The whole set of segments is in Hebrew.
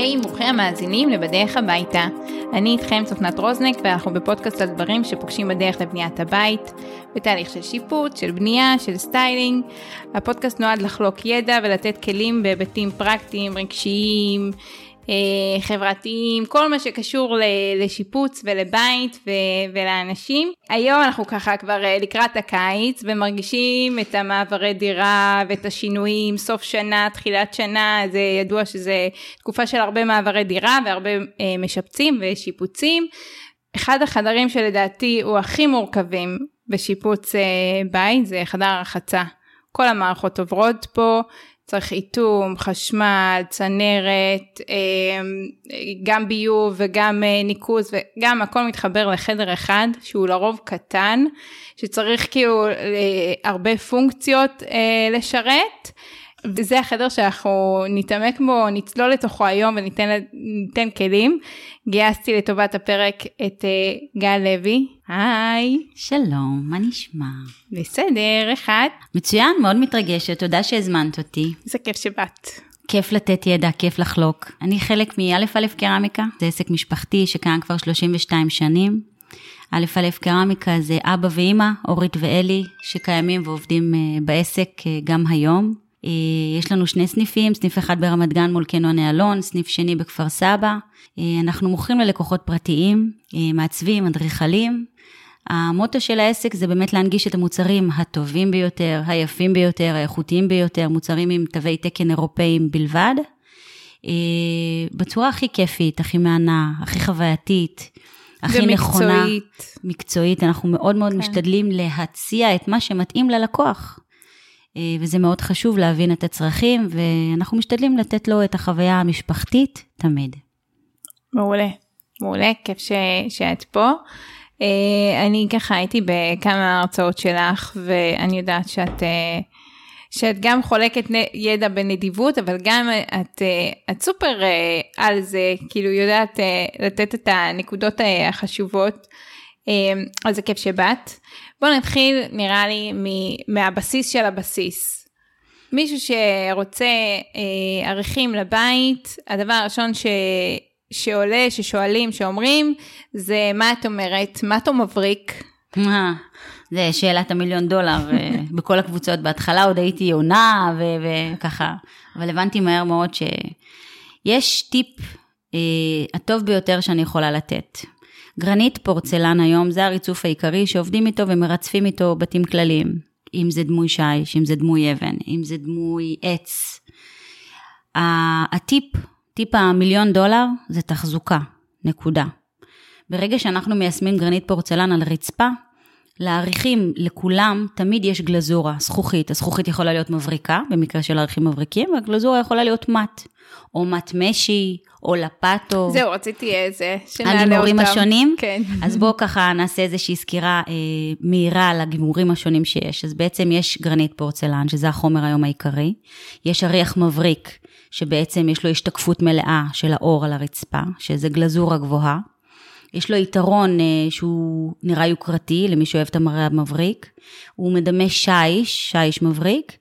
היי, ברוכים המאזינים לבדרך הביתה. אני איתכם צופנת רוזנק, ואנחנו בפודקאסט על דברים שפוגשים בדרך לבניית הבית, בתהליך של שיפוט, של בנייה, של סטיילינג. הפודקאסט נועד לחלוק ידע ולתת כלים בהיבטים פרקטיים, רגשיים, חברתיים, כל מה שקשור לשיפוץ ולבית ולאנשים. היום אנחנו ככה כבר לקראת הקיץ ומרגישים את המעברי דירה ואת השינויים, סוף שנה, תחילת שנה, זה ידוע שזה תקופה של הרבה מעברי דירה והרבה משפצים ושיפוצים. אחד החדרים שלדעתי הוא הכי מורכבים בשיפוץ בית זה חדר הרחצה. כל המערכות עוברות פה, צריך איתום, חשמל, צנרת, גם ביוב וגם ניקוז, וגם הכל מתחבר לחדר אחד, שהוא לרוב קטן, שצריך כאילו הרבה פונקציות לשרת, וזה החדר שאנחנו נתעמק בו, נצלול לתוכו היום וניתן כלים. גייסתי לטובת הפרק את גל לוי. היי. שלום, מה נשמע? בסדר, אחד. מצוין, מאוד מתרגשת, תודה שהזמנת אותי. זה כיף שבאת. כיף לתת ידע, כיף לחלוק. אני חלק מא' קרמיקה, זה עסק משפחתי שקיים כבר 32 שנים. א' קרמיקה זה אבא ואמא, אורית ואלי, שקיימים ועובדים בעסק גם היום. יש לנו שני סניפים, סניף אחד ברמת גן מול קניון איילון, סניף שני בכפר סבא. אנחנו מוכרים ללקוחות פרטיים, מעצבים, אדריכלים. המוטו של העסק זה באמת להנגיש את המוצרים הטובים ביותר, היפים ביותר, האיכותיים ביותר, מוצרים עם תווי תקן אירופאים בלבד. בצורה הכי כיפית, הכי מענה, הכי חווייתית, הכי נכונה. מקצועית. אנחנו מאוד מאוד משתדלים להציע את מה שמתאים ללקוח. וזה מאוד חשוב להבין את הצרכים, ואנחנו משתדלים לתת לו את החוויה המשפחתית תמיד. מעולה, מעולה, כיף שאת פה. אני ככה הייתי בכמה הרצאות שלך, ואני יודעת שאת גם חולקת ידע בנדיבות, אבל גם את סופר על זה, כאילו יודעת לתת את הנקודות החשובות, אז זה כיף שבאת. בואו נתחיל נראה לי מהבסיס של הבסיס. מישהו שרוצה עריכים לבית, הדבר הראשון שעולה, ששואלים, שאומרים, זה מה את אומרת, מה אתה מבריק? זה שאלת $1,000,000 בכל הקבוצות. בהתחלה עוד הייתי עונה וככה, אבל הבנתי מהר מאוד שיש טיפ הטוב ביותר שאני יכולה לתת. גרנית פורצלן היום זה הריצוף העיקרי שעובדים איתו ומרצפים איתו בתים כלליים. אם זה דמוי שיש, אם זה דמוי אבן, אם זה דמוי עץ. הטיפ, טיפ $1,000,000 זה תחזוקה, נקודה. ברגע שאנחנו מיישמים גרנית פורצלן על רצפה, לעריכים לכולם תמיד יש גלזורה, זכוכית. הזכוכית יכולה להיות מבריקה, במקרה של עריכים מבריקים, והגלזורה יכולה להיות מת, או מת משי, או לפטו. זהו, רציתי איזה, שנעלה אותם. הגימורים השונים? כן. אז בואו ככה נעשה איזושהי סקירה מהירה על הגימורים השונים שיש. אז בעצם יש גרנית פורצלן, שזה החומר היום העיקרי. יש אריח מבריק, שבעצם יש לו השתקפות מלאה של האור על הרצפה, שזה גלזורה גבוהה. יש לו יתרון שהוא נראה יוקרתי, למי שאוהב את המראה המבריק. הוא מדמה שיש מבריק.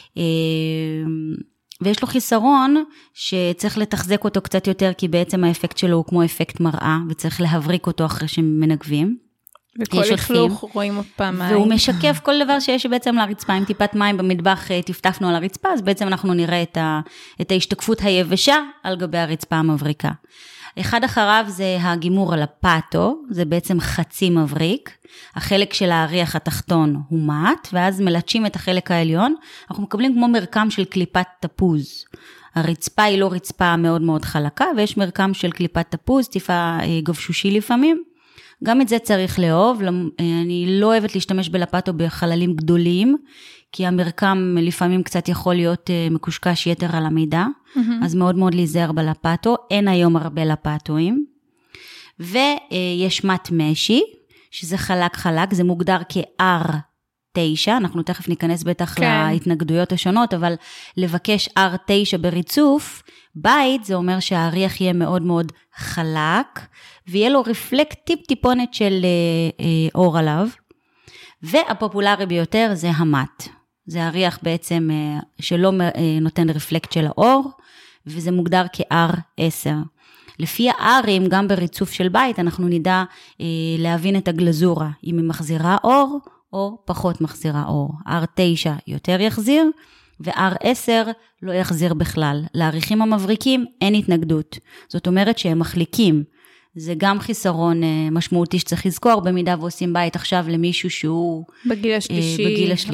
ויש לו חיסרון שצריך לתחזק אותו קצת יותר, כי בעצם האפקט שלו הוא כמו אפקט מראה, וצריך להבריק אותו אחרי שמנגבים. וכל לכלוך רואים עוד פעמיים. והוא משקף כל דבר שיש בעצם לרצפה, אם טיפת מים במטבח טפטפנו על הרצפה, אז בעצם אנחנו נראה את ההשתקפות היבשה על גבי הרצפה המבריקה. אחד אחריו זה הגימור על הפאטו, זה בעצם חצי מבריק, החלק של האריח התחתון הוא מת, ואז מלטשים את החלק העליון, אנחנו מקבלים כמו מרקם של קליפת תפוז. הרצפה היא לא רצפה מאוד מאוד חלקה, ויש מרקם של קליפת תפוז, טיפה גבשושי לפעמים. גם את זה צריך לאהוב, אני לא אוהבת להשתמש בלפטו בחללים גדולים, כי המרקם לפעמים קצת יכול להיות מקושקש יתר על המידה, אז מאוד מאוד להיזהר בלפטו, אין היום הרבה לפטואים, ויש מת משי, שזה חלק, זה מוגדר כ-R9, אנחנו תכף ניכנס בטח להתנגדויות השונות, אבל לבקש R9 בריצוף, בית זה אומר שהאריח יהיה מאוד מאוד חלק, ויהיה לו רפלקט טיפונת של אור עליו, והפופולרי ביותר זה המת. זה אריח בעצם שלא נותן רפלקט של האור, וזה מוגדר כ-R10. לפי ה-R'ים, גם בריצוף של בית, אנחנו נדע להבין את הגלזורה, אם היא מחזירה אור או פחות מחזירה אור. R9 יותר יחזיר, ו-R10 לא יחזיר בכלל. לעריכים המבריקים אין התנגדות. זאת אומרת שהם מחליקים. זה גם חיסרון משמעותי שצריך לזכור, במידה ועושים בית עכשיו למישהו שהוא בגיל השלישי,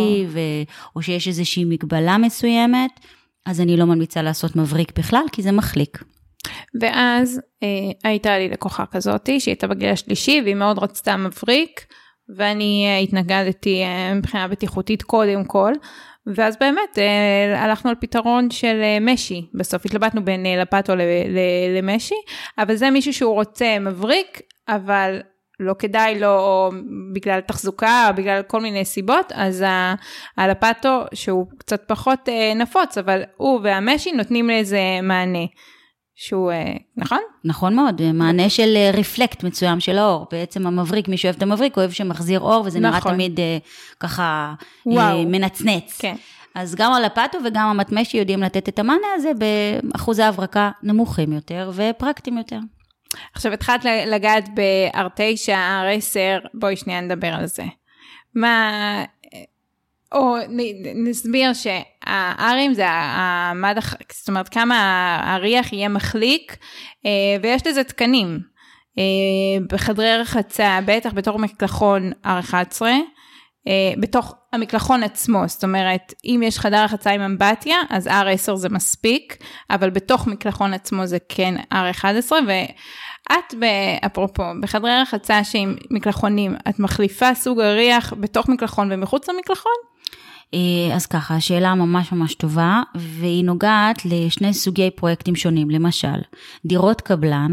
או שיש איזושהי מגבלה מסוימת, אז אני לא ממליצה לעשות מבריק בכלל, כי זה מחליק. ואז הייתה לי לקוחה כזאת, שהיא הייתה בגיל השלישי, והיא מאוד רצתה מבריק, ואני התנגדתי מבחינה בטיחותית קודם כל, ואז באמת הלכנו על פתרון של משי, בסוף התלבטנו בין לפטו למשי, אבל זה מישהו שהוא רוצה מבריק, אבל לא כדאי לו, או בגלל תחזוקה, או בגלל כל מיני סיבות, אז הלפטו שהוא קצת פחות נפוץ, אבל הוא והמשי נותנים לאיזה מענה. שהוא, נכון? נכון מאוד, מענה של רפלקט מסוים של האור, בעצם המבריק, מי שאוהב את המבריק, אוהב שמחזיר אור, וזה נראה תמיד ככה מנצנץ. כן. אז גם הלפטו וגם המטמשי יודעים לתת את המענה הזה, באחוזי ההברקה נמוכים יותר, ופרקטיים יותר. עכשיו התחלת לגעת ב-R9, R10, בואי שנייה נדבר על זה. מה... או נסביר שהארים זה זאת אומרת כמה הריח יהיה מחליק, ויש לזה תקנים. בחדרי רחצה, בטח בתור מקלחון R11, בתוך המקלחון עצמו, זאת אומרת, אם יש חדר רחצה עם אמבטיה, אז R10 זה מספיק, אבל בתוך מקלחון עצמו זה כן R11, ואת, אפרופו, בחדרי רחצה שעם מקלחונים, את מחליפה סוג הריח בתוך מקלחון ומחוץ למקלחון? אז ככה, השאלה ממש ממש טובה, והיא נוגעת לשני סוגי פרויקטים שונים, למשל, דירות קבלן,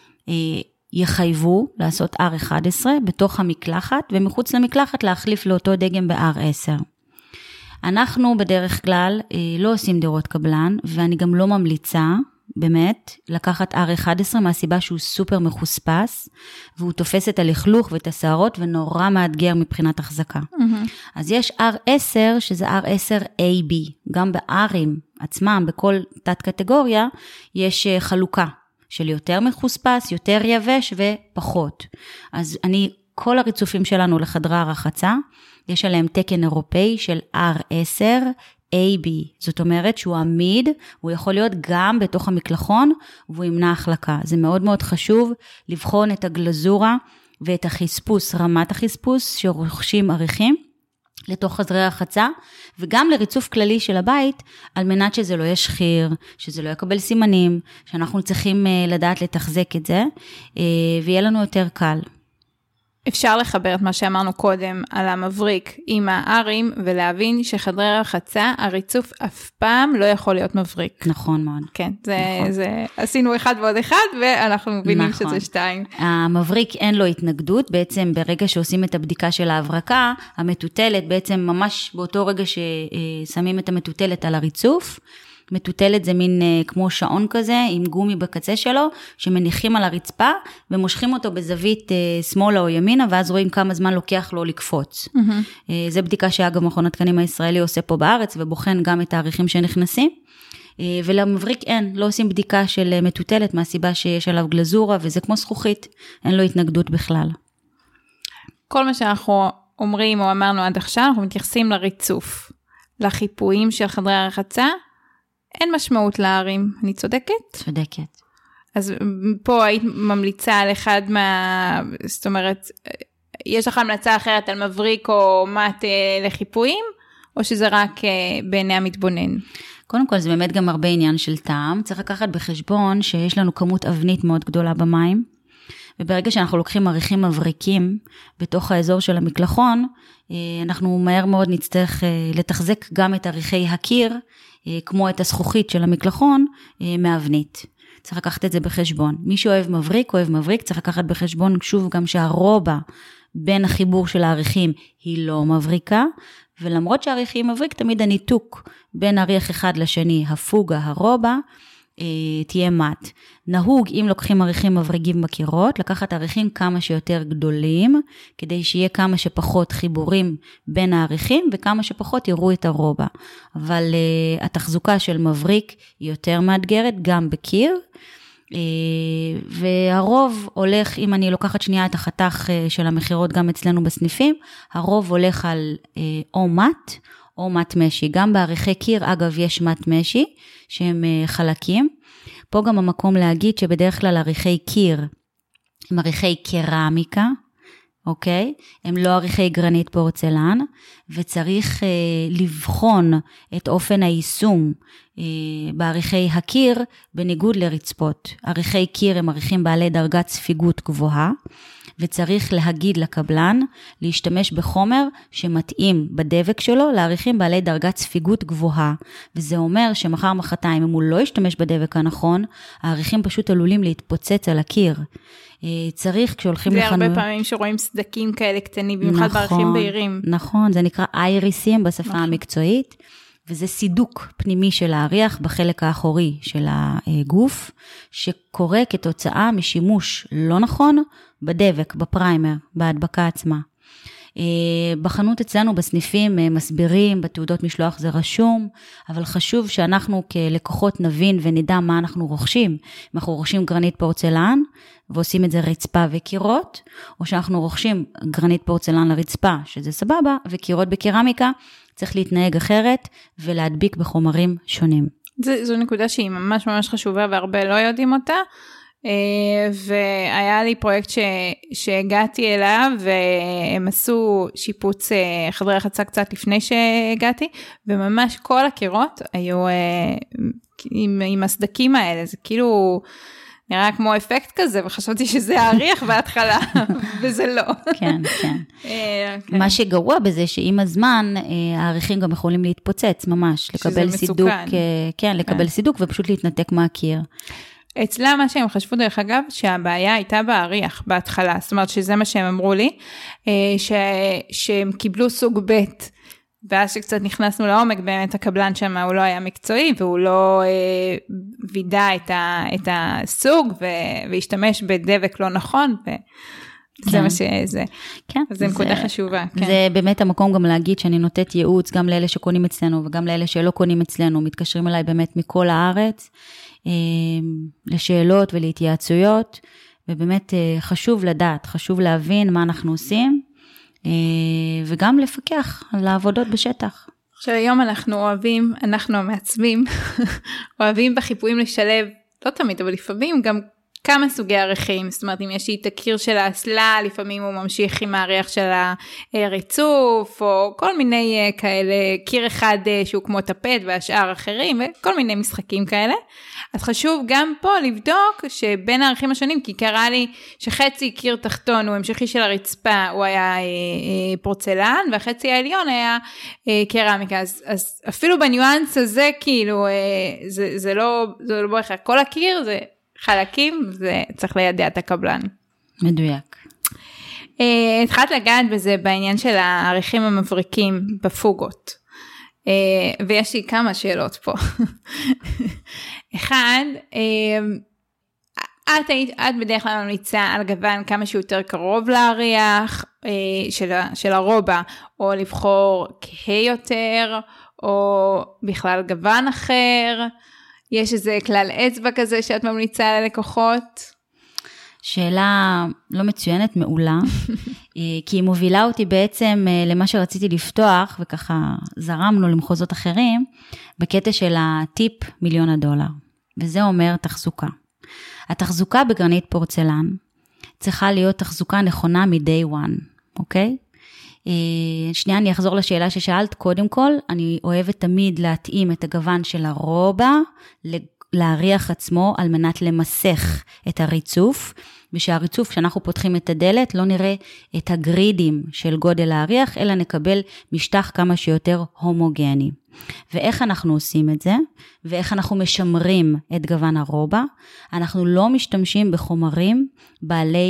יחייבו לעשות R11 בתוך המקלחת, ומחוץ למקלחת להחליף לאותו דגם ב-R10. אנחנו בדרך כלל לא עושים דירות קבלן, ואני גם לא ממליצה, באמת, לקחת R11 מהסיבה שהוא סופר מחוספס, והוא תופס את הלכלוך ואת השערות, ונורא מאתגר מבחינת החזקה. אז יש R10, שזה R10AB, גם ב-R'ים עצמם, בכל תת קטגוריה, יש חלוקה של יותר מחוספס, יותר יבש ופחות. אז כל הריצופים שלנו לחדרי הרחצה, יש עליהם תקן אירופאי של R10, AB, זאת אומרת שהוא עמיד, הוא יכול להיות גם בתוך המקלחון, והוא ימנע החלקה. זה מאוד מאוד חשוב לבחון את הגלזורה ואת החספוס, רמת החספוס שרוכשים עריכים לתוך חדרי הרחצה, וגם לריצוף כללי של הבית, על מנת שזה לא ישחיר, שזה לא יקבל סימנים, שאנחנו צריכים לדעת לתחזק את זה, ויהיה לנו יותר קל. אפשר לחבר את מה שאמרנו קודם על המבריק עם הארים, ולהבין שחדרי רחצה, הריצוף אף פעם לא יכול להיות מבריק. נכון מאוד. כן, זה עשינו אחד ועוד אחד, ואנחנו מבינים נכון. שזה 2. המבריק אין לו התנגדות, בעצם ברגע שעושים את הבדיקה של ההברקה, המטוטלת בעצם ממש באותו רגע ששמים את המטוטלת על הריצוף, מטוטלת זה מין כמו שעון כזה, עם גומי בקצה שלו, שמניחים על הרצפה, ומושכים אותו בזווית שמאלה או ימינה, ואז רואים כמה זמן לוקח לו לקפוץ. זה בדיקה שאגב מכון התקנים הישראלי עושה פה בארץ, ובוחן גם את התאריכים שנכנסים. ולמבריק אין, לא עושים בדיקה של מטוטלת, מהסיבה שיש עליו גלזורה, וזה כמו זכוכית, אין לו התנגדות בכלל. כל מה שאנחנו אומרים או אמרנו עד עכשיו, אנחנו מתייחסים לריצוף, לחיפויים של חדרי הרחצה, אין משמעות להרים, אני צודקת? צודקת. אז פה היית ממליצה על אחד זאת אומרת, יש לך המלצה אחרת על מבריק או מת לחיפויים, או שזה רק בעיני המתבונן? קודם כל, זה באמת גם הרבה עניין של טעם. צריך לקחת בחשבון שיש לנו כמות אבנית מאוד גדולה במים, וברגע שאנחנו לוקחים עריכים מבריקים בתוך האזור של המקלחון, אנחנו מהר מאוד נצטרך לתחזק גם את עריכי הקיר, כמו את הזכוכית של המקלחון, מאבנית. צריך לקחת את זה בחשבון. מי שאוהב מבריק, אוהב מבריק, צריך לקחת בחשבון שוב גם שהרובה בין החיבור של העריכים היא לא מבריקה, ולמרות שהעריכים מבריק, תמיד הניתוק בין עריך אחד לשני, הפוגה, הרובה, תהיה מת. נהוג אם לוקחים עריכים מבריגים בקירות, לקחת עריכים כמה שיותר גדולים, כדי שיהיה כמה שפחות חיבורים בין העריכים, וכמה שפחות יראו את הרובע. אבל התחזוקה של מבריק היא יותר מאתגרת, גם בקיר, והרוב הולך, אם אני לוקחת שנייה את החתך של המחירות גם אצלנו בסניפים, הרוב הולך על או מת, או מת משי. גם בעריכי קיר, אגב, יש מת משי, שהם חלקים. פה גם המקום להגיד שבדרך כלל עריכי קיר, הם עריכי קרמיקה, אוקיי? הם לא עריכי גרנית פורצלן, וצריך לבחון את אופן היישום בעריכי הקיר, בניגוד לרצפות. עריכי קיר הם עריכים בעלי דרגת ספיגות גבוהה, וצריך להגיד לקבלן להשתמש בחומר שמתאים בדבק שלו לעריכים בעלי דרגת ספיגות גבוהה, וזה אומר שמחר מחרתיים אם הוא לא ישתמש בדבק הנכון, העריכים פשוט עלולים להתפוצץ על הקיר. צריך כשהולכים לחנויות... זה הרבה פעמים שרואים סדקים כאלה קטנים, במיוחד בעריכים בהירים. נכון, זה נקרא אייריסים בשפה המקצועית, וזה סידוק פנימי של העריך בחלק האחורי של הגוף, שקורה כתוצאה משימוש לא נכון בדבק, בפריימר, בהדבקה עצמה. בחנות אצלנו בסניפים מסבירים, בתעודות משלוח זה רשום, אבל חשוב שאנחנו כלקוחות נבין ונדע מה אנחנו רוכשים. אם אנחנו רוכשים גרנית פורצלן, ועושים את זה רצפה וקירות, או שאנחנו רוכשים גרנית פורצלן לרצפה, שזה סבבה, וקירות בקרמיקה, צריך להתנהג אחרת ולהדביק בחומרים שונים. זו נקודה שהיא ממש ממש חשובה והרבה לא יודעים אותה, והיה לי פרויקט שהגעתי אליו והם עשו שיפוץ חדרי רחצה קצת לפני שהגעתי, וממש כל הקירות היו עם הסדקים האלה, זה כאילו נראה כמו אפקט כזה, וחשבתי שזה העריך בהתחלה, וזה לא. כן, כן. מה שגרוע בזה, שעם הזמן, העריכים גם יכולים להתפוצץ ממש, לקבל סידוק, כן, לקבל סידוק, ופשוט להתנתק מהקיר. אצלה מה שהם חשבו דרך אגב, שהבעיה הייתה בעריך בהתחלה, זאת אומרת שזה מה שהם אמרו לי, שהם קיבלו סוג ב', ואז שקצת נכנסנו לעומק, באמת הקבלן שם הוא לא היה מקצועי, והוא לא וידא את הסוג, והשתמש בדבק לא נכון, וזה מה שזה. כן. אז זה נקודה חשובה. זה באמת המקום גם להגיד שאני נותנת ייעוץ, גם לאלה שקונים אצלנו, וגם לאלה שלא קונים אצלנו, מתקשרים אליי באמת מכל הארץ, לשאלות ולהתייעצויות, ובאמת חשוב לדעת, חשוב להבין מה אנחנו עושים, וגם לפקח על העבודות בשטח. עכשיו היום אנחנו המעצבים, אוהבים בחיפויים לשלב, לא תמיד, אבל לפעמים גם כמה סוגי עריכים, זאת אומרת אם יש לי את הקיר של האסלה, לפעמים הוא ממשיך עם העריך של הריצוף, או כל מיני כאלה, קיר אחד שהוא כמו טפט והשאר אחרים, וכל מיני משחקים כאלה. אז חשוב גם פה לבדוק שבין הערכים השונים, כי קרה לי שחצי קיר תחתון הוא המשכי של הרצפה, הוא היה פורצלן, והחצי העליון היה קרמיקה. אז אפילו בניואנס הזה, כאילו, זה לא בהכרח. כל הקיר זה חלקים, זה צריך לידע את הקבלן. מדויק. התחלת לגעת בזה בעניין של העריכים המבריקים בפוגות. ויש לי כמה שאלות פה. אחד, את בדרך כלל ממליצה על גוון כמה שיותר קרוב לעריך של הרובע, או לבחור כהה יותר, או בכלל גוון אחר. יש איזה כלל אצבע כזה שאת ממליצה ללקוחות? שאלה לא מצוינת, מעולה, כי היא מובילה אותי בעצם למה שרציתי לפתוח, וככה זרמנו למחוזות אחרים, בקטע של הטיפ $1,000,000, וזה אומר תחזוקה. התחזוקה בגרנית פורצלן צריכה להיות תחזוקה נכונה מ-day one, אוקיי? שנייה, אני אחזור לשאלה ששאלת. קודם כל, אני אוהבת תמיד להתאים את הגוון של הרובע להריח עצמו על מנת למסך את הריצוף, ושהריצוף, כשאנחנו פותחים את הדלת, לא נראה את הגרידים של גודל ההריח, אלא נקבל משטח כמה שיותר הומוגני. ואיך אנחנו עושים את זה? ואיך אנחנו משמרים את גוון הרובע? אנחנו לא משתמשים בחומרים בעלי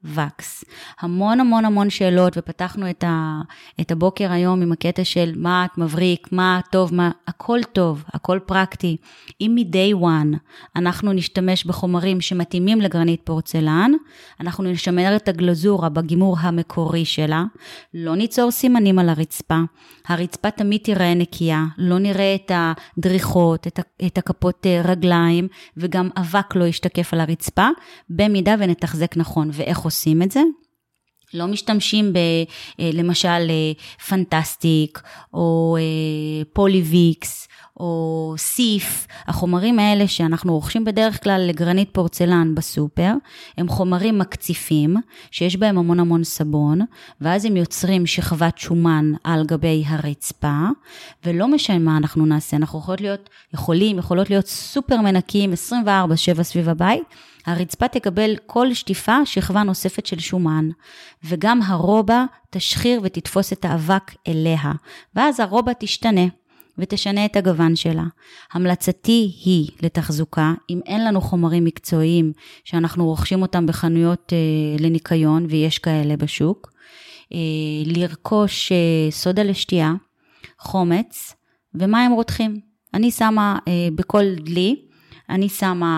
וקס. המון המון המון שאלות, ופתחנו את הבוקר היום עם הקטע של מה את מבריק, מה טוב, הכל טוב, הכל פרקטי. אם מ-day one אנחנו נשתמש בחומרים שמתאימים לגרנית פורצלן, אנחנו נשמר את הגלזורה בגימור המקורי שלה, לא ניצור סימנים על הרצפה, הרצפה תמיד תראה נקייה, לא נראה את הדריכות, את הכפות רגליים, וגם אבק לא ישתקף על הרצפה, במידה ונתחזק נכון. ואיך עושים את זה? לא משתמשים למשל פנטסטיק, או פוליוויקס, או סיף. החומרים האלה שאנחנו רוכשים בדרך כלל לגרנית פורצלן בסופר, הם חומרים מקציפים, שיש בהם המון המון סבון, ואז הם יוצרים שכבת שומן על גבי הרצפה, ולא משנה מה אנחנו נעשה, אנחנו יכולות להיות סופר מנקים 24/7 סביב הבית, הרצפה תקבל כל שטיפה שכבה נוספת של שומן, וגם הרובה תשחיר ותתפוס את האבק אליה, ואז הרובה תשתנה. ותשנה את הגוון שלה. המלצתי היא לתחזוקה, אם אין לנו חומרים מקצועיים שאנחנו רוכשים אותם בחנויות לניקיון, ויש כאלה בשוק, לרכוש סודה לשתייה, חומץ ומים רותחים. אני שמה בכל דלי, אני שמה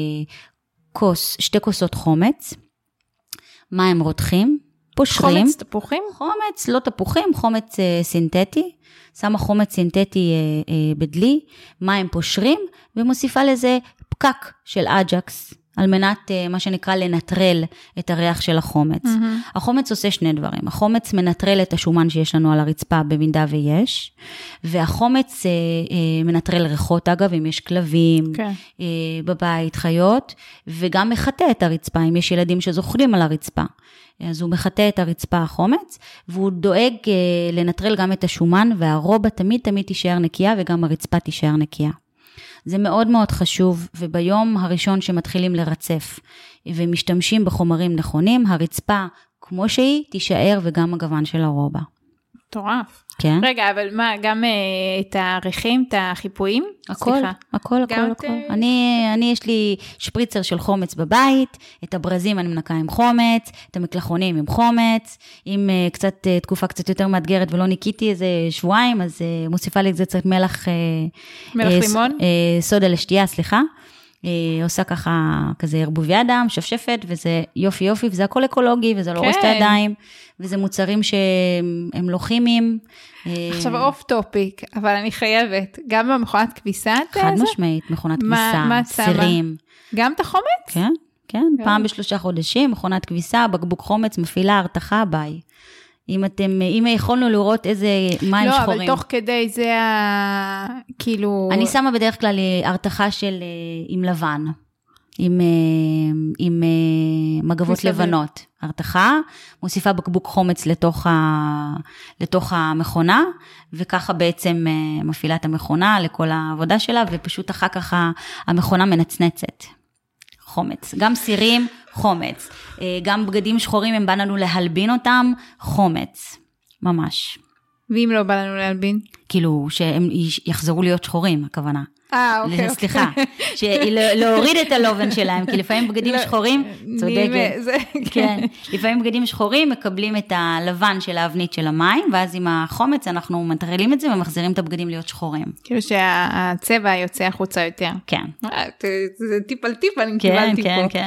2 כוסות חומץ, מים רותחים, פושרים. חומץ תפוחים? חומץ, לא תפוחים, חומץ סינתטי. שמה חומץ סינתטי בדלי, מים פושרים, ומוסיפה לזה פקק של אג'קס, על מנת מה שנקרא לנטרל את הריח של החומץ. החומץ עושה 2 דברים. החומץ מנטרל את השומן שיש לנו על הרצפה במידה ויש, והחומץ מנטרל ריחות, אגב, אם יש כלבים, בבית, חיות, וגם מחטא את הרצפה, אם יש ילדים שזוכרים על הרצפה. אז הוא מחטא את הרצפה החומץ, והוא דואג לנטרל גם את השומן, והרובה תמיד תישאר נקייה, וגם הרצפה תישאר נקייה. זה מאוד מאוד חשוב, וביום הראשון שמתחילים לרצף, ומשתמשים בחומרים נכונים, הרצפה כמו שהיא תישאר, וגם הגוון של הרובה. מטורף. כן. רגע, אבל מה, גם את העריכים, את החיפויים? הכל. אני יש לי שפריצר של חומץ בבית, את הברזים אני מנקה עם חומץ, את המקלחונים עם חומץ, אם תקופה קצת יותר מאתגרת ולא ניקיתי איזה שבועיים, אז מוסיפה לי קצת מלח לימון? סודה לשתייה, סליחה. עושה כזה ערבובי אדם, שפשפת, וזה יופי, וזה הכל אקולוגי, וזה לא רוס את הידיים, וזה מוצרים שהם לא כימיים. עכשיו אוף טופיק, אבל אני חייבת, גם במכונת כביסה, חד משמעית, מכונת כביסה, סירים. גם את החומץ? כן, פעם ב3 חודשים, מכונת כביסה, בקבוק חומץ, מפעילה, הרתחה, ביי. אם יכולנו לראות איזה מים שחורים. לא, אבל תוך כדי זה כאילו... אני שמה בדרך כלל הרתחה עם לבן, עם מגבות לבנות. הרתחה, מוסיפה בקבוק חומץ לתוך המכונה, וככה בעצם מפעילה את המכונה לכל העבודה שלה, ופשוט אחר כך המכונה מנצנצת. חומץ, גם סירים, חומץ, גם בגדים שחורים, הם בא לנו להלבין אותם, חומץ, ממש. ואם לא בא לנו להלבין? כאילו, שהם יחזרו להיות שחורים, הכוונה. אוקיי. סליחה, להוריד את הלובן שלהם, כי לפעמים בגדים שחורים, צודקת, כן, לפעמים בגדים שחורים מקבלים את הלבן של האבנית של המים, ואז עם החומץ אנחנו מנטרלים את זה, ומחזירים את הבגדים להיות שחורים. כאילו שהצבע יוצא החוצה יותר. כן. זה טיפ על טיפ, אני קיבלתי פה. כן.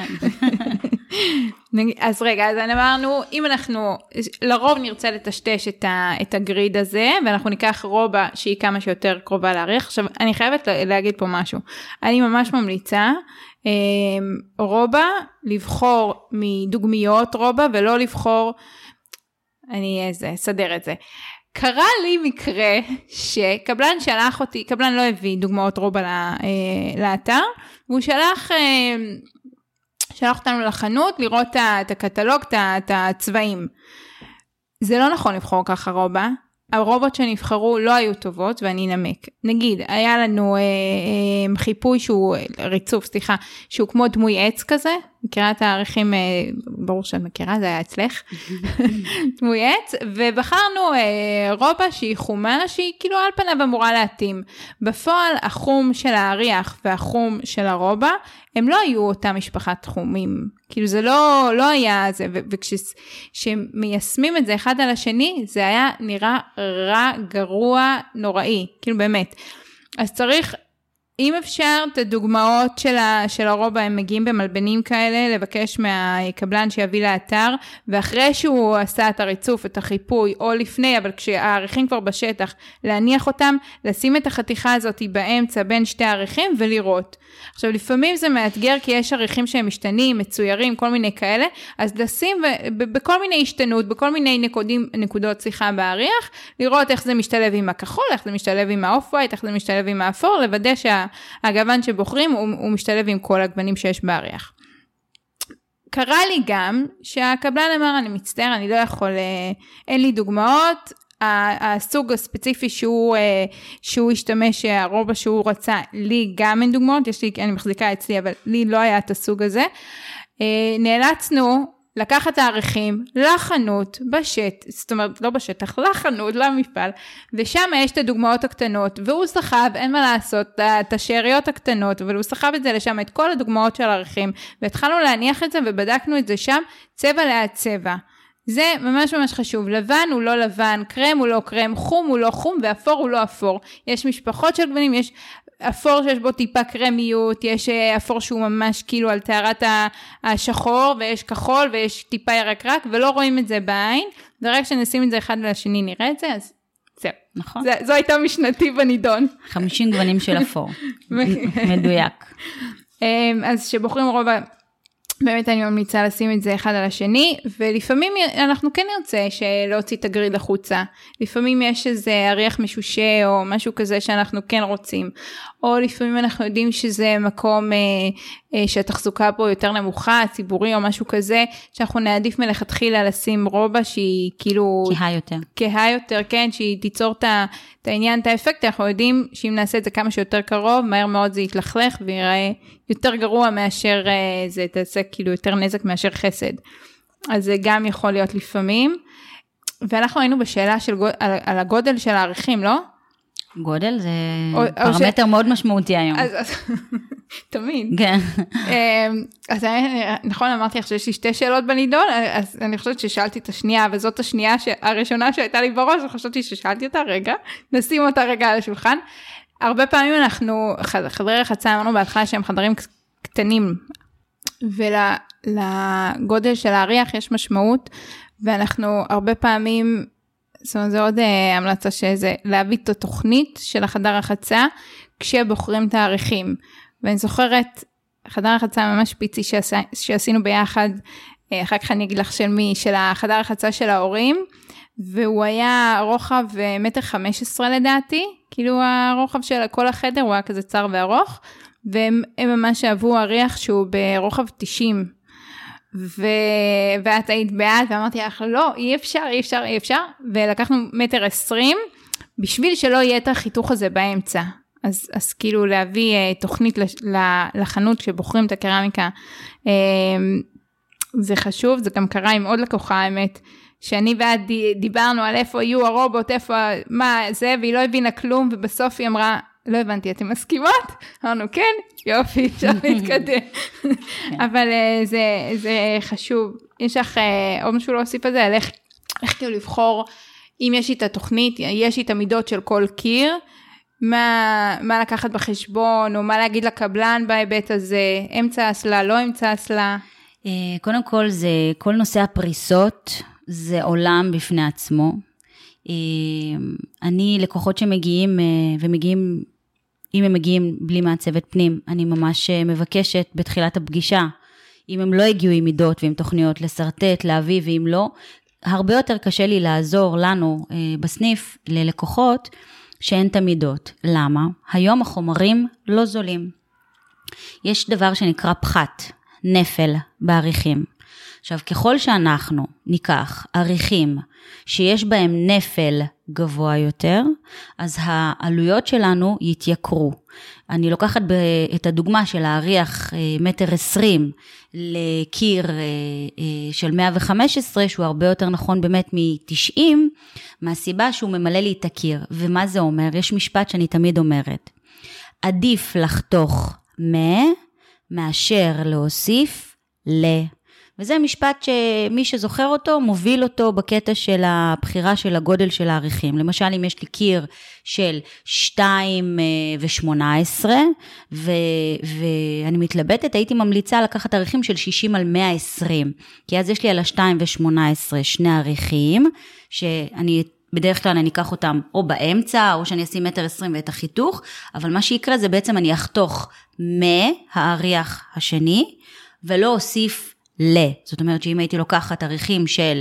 אז רגע, אז אמרנו, אם אנחנו לרוב נרצה לטשטש את הגריד הזה, ואנחנו ניקח רובה שהיא כמה שיותר קרובה לערך. עכשיו, אני חייבת להגיד פה משהו. אני ממש ממליצה, רובה, לבחור מדוגמיות רובה, ולא לבחור, אני אסדר את זה. קרה לי מקרה שקבלן שלח אותי, קבלן לא הביא דוגמאות רובה לאתר, והוא שלח אותנו לחנות לראות את הקטלוג, את הצבעים. זה לא נכון לבחור ככה רובה. הרובות שנבחרו לא היו טובות, ואני אנמק. נגיד, היה לנו ריצוף, שהוא כמו דמוי עץ כזה, מכירה את העריכים, ברור שאת מכירה, זה היה אצלך, דמוי עץ, ובחרנו רובה שהיא חומה, שהיא כאילו על פניו אמורה להתאים. בפועל, החום של העריך והחום של הרובה, הם לא היו אותה משפחת חומים. כאילו זה לא היה זה, וכשמיישמים את זה אחד על השני, זה היה נראה רע, גרוע, נוראי, כאילו באמת. אז צריך, אם אפשר, את הדוגמאות של הרובה, הם מגיעים במלבנים כאלה, לבקש מהקבלן שיביא לאתר, ואחרי שהוא עשה את הריצוף, את החיפוי, או לפני, אבל כשהעריכים כבר בשטח, להניח אותם, לשים את החתיכה הזאת באמצע, בין שתי העריכים, ולראות. עכשיו, לפעמים זה מאתגר, כי יש עריכים שהם משתנים, מצוירים, כל מיני כאלה, אז לשים בכל מיני השתנות, בכל מיני נקודות בעריך, לראות איך זה משתלב עם הכחול, איך זה משתלב עם האוף-ווייט, איך זה משתלב עם האפור, לוודא שהגוון שבוחרים הוא משתלב עם כל הגוונים שיש בעריך. קרה לי גם שהקבלן אמר, אני מצטער, אני לא יכול, אין לי דוגמאות, הסוג הספציפי שהוא השתמש, הרובה שהוא רצה, לי גם אין דוגמאות, אני מחזיקה אצלי, אבל לי לא היה את הסוג הזה. נאלצנו לקחת את העריכים לחנות זאת אומרת לא בשטח, לחנות, למפעל, ושם יש את הדוגמאות הקטנות, והוא סחב, אין מה לעשות, את השאריות הקטנות, אבל הוא סחב את זה לשם, את כל הדוגמאות של העריכים, והתחלנו להניח את זה, ובדקנו את זה שם, צבע ליד צבע. זה ממש ממש חשוב, לבן הוא לא לבן, קרם הוא לא קרם, חום הוא לא חום, ואפור הוא לא אפור. יש משפחות של גוונים, יש אפור שיש בו טיפה קרמיות, יש אפור שהוא ממש כאילו על טהרת השחור, ויש כחול, ויש טיפה ירק רק, ולא רואים את זה בעין, ורק כשנשים את זה אחד לשני נראה את זה, אז זהו. נכון. זו הייתה משנתי בנידון. 50 גוונים של אפור. מדויק. אז שבוחרים רובע, באמת אני ממליצה לשים את זה אחד על השני, ולפעמים אנחנו כן נרצה להוציא את הגריד החוצה. לפעמים יש איזה אריח משושה או משהו כזה שאנחנו כן רוצים. או לפעמים אנחנו יודעים שזה מקום שהתחזוקה פה יותר נמוכה, ציבורי או משהו כזה, שאנחנו נעדיף מלכתחילה לשים רובה שהיא כאילו כהה יותר, כן, שהיא תיצור את העניין, את האפקט. אנחנו יודעים שאם נעשה את זה כמה שיותר קרוב, מהר מאוד זה יתלכלך ויראה יותר גרוע מאשר זה תעשה כאילו יותר נזק מאשר חסד. אז זה גם יכול להיות לפעמים. ואנחנו היינו בשאלה על הגודל של העריכים, לא? גודל זה פרמטר מאוד משמעותי היום. תמיד. כן. אז נכון, אמרתי לך שיש לי 2 שאלות בנידון, אז אני חושבת ששאלתי את השנייה, וזאת השנייה הראשונה שהייתה לי בראש, וחשבתי ששאלתי אותה רגע, נשים אותה רגע על השולחן. הרבה פעמים חדרי רחצה אמרנו בהתחלה שהם חדרים קטנים, ולגודל של האריח יש משמעות, ואנחנו הרבה פעמים, זאת אומרת, זה עוד המלצה שזה להביא את התוכנית של החדר רחצה, כשבוחרים את העריכים. ואני זוכרת, חדר רחצה ממש פיצי שעשינו ביחד, אחר כך אני אגיד לך של החדר רחצה של ההורים, והוא היה רוחב 1.15 לדעתי, כאילו הרוחב של כל החדר הוא היה כזה צר וארוך, והם ממש אהבו אריח שהוא ברוחב 90, ואת היית בעד, ואמרתי לך, לא, אי אפשר, ולקחנו 1.20 בשביל שלא יהיה את החיתוך הזה באמצע. אז כאילו להביא תוכנית לחנות שבוחרים את הקרמיקה, זה חשוב, זה גם קרה עם עוד לקוחה, האמת, שאני ואת דיברנו על איפה יהיו הרובוט, איפה, מה זה, והיא לא הבינה כלום, ובסוף היא אמרה, לא הבנתי, אתם מסכימות? אמרנו, כן, יופי, אפשר להתקדם. אבל זה חשוב. יש לך עוד משהו להוסיף על זה, על איך כאילו לבחור, אם יש לי את התוכנית, יש לי את המידות של כל קיר, מה לקחת בחשבון, או מה להגיד לקבלן בהיבט הזה, אמצע אסלה, לא אמצע אסלה? קודם כל, זה כל נושא הפריסות, זה עולם בפני עצמו. אני, לקוחות שמגיעים ומגיעים, אם הם מגיעים בלי מעצבת פנים, אני ממש מבקשת בתחילת הפגישה, אם הם לא הגיעו עם מידות ועם תוכניות לסרטט, להביא, ואם לא, הרבה יותר קשה לי לעזור לנו בסניף ללקוחות שאין את המידות. למה? היום החומרים לא זולים. יש דבר שנקרא פחת, נפל בעריכים. עכשיו, ככל שאנחנו ניקח עריכים שיש בהם נפל גבוה יותר, אז העלויות שלנו יתייקרו. אני לוקחת את הדוגמה של להריח 1.20 מטר לקיר של 115, שהוא הרבה יותר נכון באמת מ-90, מהסיבה שהוא ממלא לי את הקיר. ומה זה אומר? יש משפט שאני תמיד אומרת, עדיף לחתוך מאשר להוסיף וזה משפט שמי שזוכר אותו, מוביל אותו בקטע של הבחירה של הגודל של העריכים. למשל, אם יש לי קיר של 2.18, ואני מתלבטת, הייתי ממליצה לקחת עריכים של 60 על 120, כי אז יש לי על ה-2.18 שני עריכים, שאני בדרך כלל אני אקח אותם או באמצע, או שאני אשים 1.20 מטר ואת החיתוך, אבל מה שיקרה זה בעצם אני אחתוך מהעריך השני, ולא אוסיף זאת אומרת שאם הייתי לוקחת עריכים של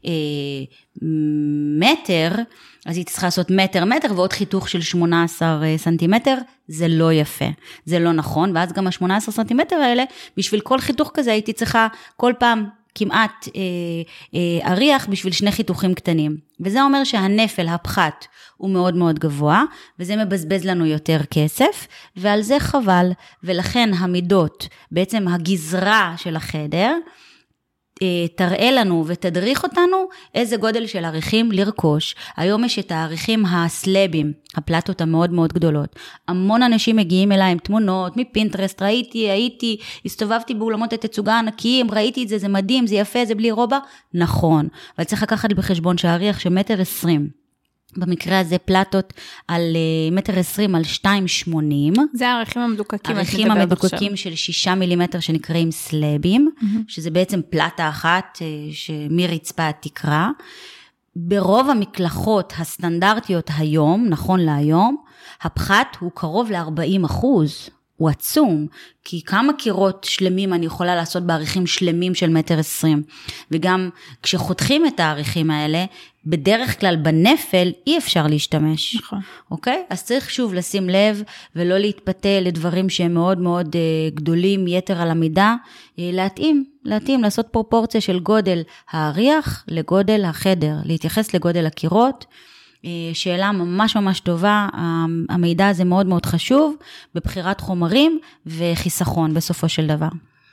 מטר, אז הייתי צריכה לעשות מטר ועוד חיתוך של 18 סנטימטר, זה לא יפה, זה לא נכון, ואז גם ה-18 סנטימטר האלה, בשביל כל חיתוך כזה הייתי צריכה כל פעם כמעט עריך בשביל שני חיתוכים קטנים, וזה אומר שהנפל, הפחת, הוא מאוד מאוד גבוה, וזה מבזבז לנו יותר כסף, ועל זה חבל, ולכן המידות, בעצם הגזרה של החדר, תראה לנו ותדריך אותנו איזה גודל של עריכים לרכוש. היום יש את העריכים הסלאבים, הפלטות המאוד מאוד גדולות. המון אנשים מגיעים אליי עם תמונות, מפינטרסט, הייתי, הסתובבתי באולמות התצוגה ענקיים, ראיתי את זה, זה מדהים, זה יפה, זה בלי רובה. נכון, אבל צריך לקחת בחשבון שהעריך של 1.20 מטר, במקרה הזה פלטות על 1.20 מטר על 2.80. זה הערכים המדוקקים. הערכים המדוקקים של 6 מילימטר שנקראים סלאבים, שזה בעצם פלטה אחת שמרצפה תקרה. ברוב המקלחות הסטנדרטיות היום, נכון להיום, הפחת הוא קרוב ל-40%. הוא עצום, כי כמה קירות שלמים אני יכולה לעשות בעריכים שלמים של 1.20 מטר, וגם כשחותכים את העריכים האלה, בדרך כלל בנפל אי אפשר להשתמש. נכון. אוקיי? אז צריך שוב לשים לב, ולא להתפתה לדברים שהם מאוד מאוד גדולים, יתר על המידה, להתאים, לעשות פרופורציה של גודל העריך לגודל החדר, להתייחס לגודל הקירות, שאלה ממש ממש טובה, המידע הזה מאוד מאוד חשוב, בבחירת חומרים וחיסכון בסופו של דבר.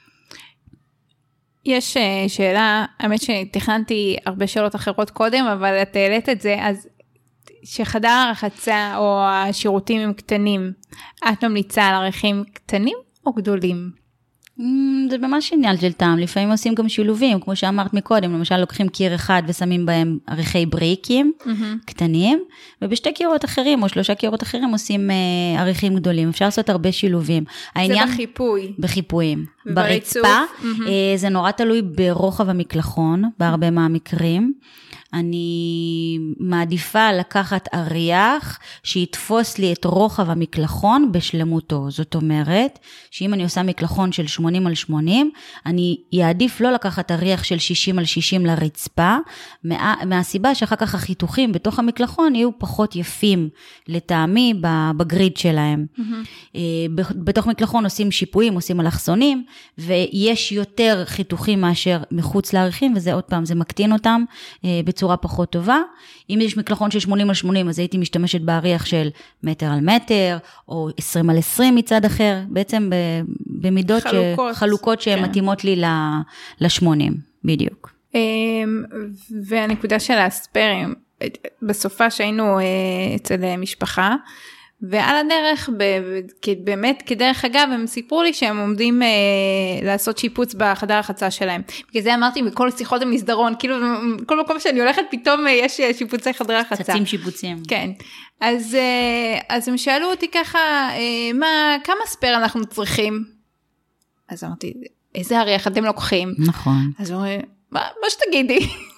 יש שאלה, האמת שתכננתי הרבה שאלות אחרות קודם, אבל את העלית את זה, אז שחדר הרחצה או השירותים הם קטנים, את ממליצה על עריכים קטנים או גדולים? זה ממש עניין של טעם, לפעמים עושים גם שילובים, כמו שאמרת מקודם, למשל לוקחים קיר אחד ושמים בהם עריכי בריקים קטנים, ובשתי קירות אחרים או 3 קירות אחרים עושים עריכים גדולים, אפשר לעשות הרבה שילובים. זה בחיפוי. בחיפויים. ברצפה, זה נורא תלוי ברוחב המקלחון, בהרבה מהמקרים. אני מעדיפה לקחת אריח שיתפוס לי את רוחב המקלחון בשלמותו. זאת אומרת, שאם אני עושה מקלחון של 80 על 80, אני יעדיף לא לקחת אריח של 60 על 60 לרצפה, מהסיבה שאחר כך החיתוכים בתוך המקלחון יהיו פחות יפים לטעמי בגריד שלהם. בתוך מקלחון עושים שיפועים, עושים אלכסונים, ויש יותר חיתוכים מאשר מחוץ לאריכים, וזה עוד פעם, זה מקטין אותם בצורה פחות טובה. אם יש מקלחון של 80 על 80, אז הייתי משתמשת באריח של 1 מטר על 1 מטר, או 20 על 20 מצד אחר, בעצם במידות חלוקות שהן מתאימות לי ל-80, בדיוק. והנקודה של הספרים, בסופה שהיינו אצל משפחה, ועל הדרך, באמת כדרך אגב, הם סיפרו לי שהם עומדים לעשות שיפוץ בחדר החצה שלהם. בגלל זה אמרתי, בכל שיחות המסדרון, כאילו כל מקום שאני הולכת, פתאום יש שיפוצי חדר החצה. צצים שיפוצים. כן. אז הם שאלו אותי ככה, כמה ספר אנחנו צריכים? אז אמרתי, איזה אריח אתם לוקחים? נכון. אז אומרים, מה שתגידי.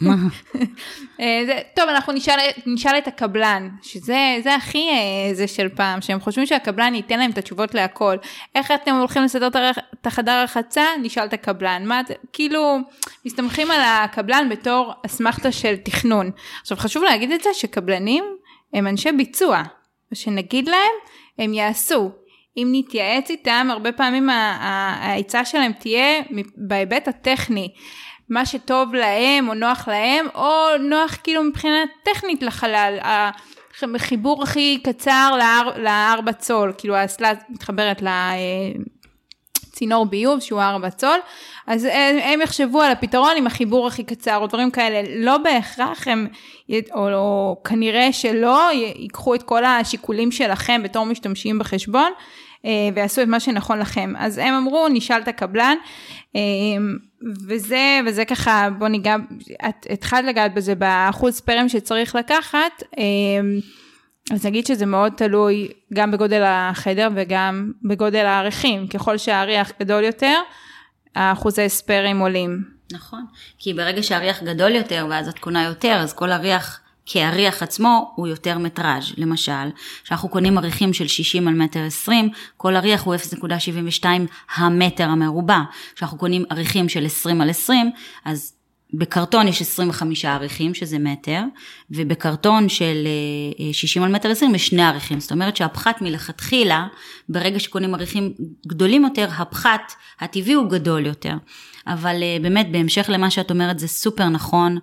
טוב, אנחנו נשאל את הקבלן, שזה הכי זה של פעם, שהם חושבים שהקבלן ייתן להם את התשובות להכל. איך אתם הולכים לסדר את החדר הרחצה? נשאל את הקבלן. כאילו, מסתמכים על הקבלן בתור אסמכתה של תכנון. עכשיו, חשוב להגיד את זה שקבלנים הם אנשי ביצוע, ושנגיד להם, הם יעשו. אם נתייעץ איתם, הרבה פעמים ההיצע שלהם תהיה בהיבט הטכני, מה שטוב להם או נוח להם, או נוח כאילו מבחינה טכנית לחלל, החיבור הכי קצר ל4 צול, כאילו האסלה מתחברת לצינור ביוב שהוא 4 צול, אז הם יחשבו על הפתרון עם החיבור הכי קצר, או דברים כאלה, לא בהכרח הם, או כנראה שלא, ייקחו את כל השיקולים שלכם בתור משתמשים בחשבון, ויעשו את מה שנכון לכם. אז הם אמרו, נשאל את הקבלן, וזה ככה, בוא ניגע, את התחלת לגעת בזה, באחוז ספרים שצריך לקחת, אז נגיד שזה מאוד תלוי גם בגודל החדר וגם בגודל העריכים, ככל שהעריך גדול יותר, האחוזי ספרים עולים. נכון, כי ברגע שהעריך גדול יותר ואז את קונה יותר, אז כל עריך כעריך עצמו הוא יותר מטראז'. למשל, שאנחנו קונים עריכים של 60 על מטר 20, כל עריך הוא 0.72 המטר המרובע. שאנחנו קונים עריכים של 20 על 20, אז בקרטון יש 25 עריכים, שזה מטר, ובקרטון של 60 על מטר 20 יש 2 עריכים. זאת אומרת שהפחת מלכתחילה, ברגע שקונים עריכים גדולים יותר, הפחת הטבעי הוא גדול יותר. אבל באמת בהמשך למה שאת אומרת זה סופר נכון,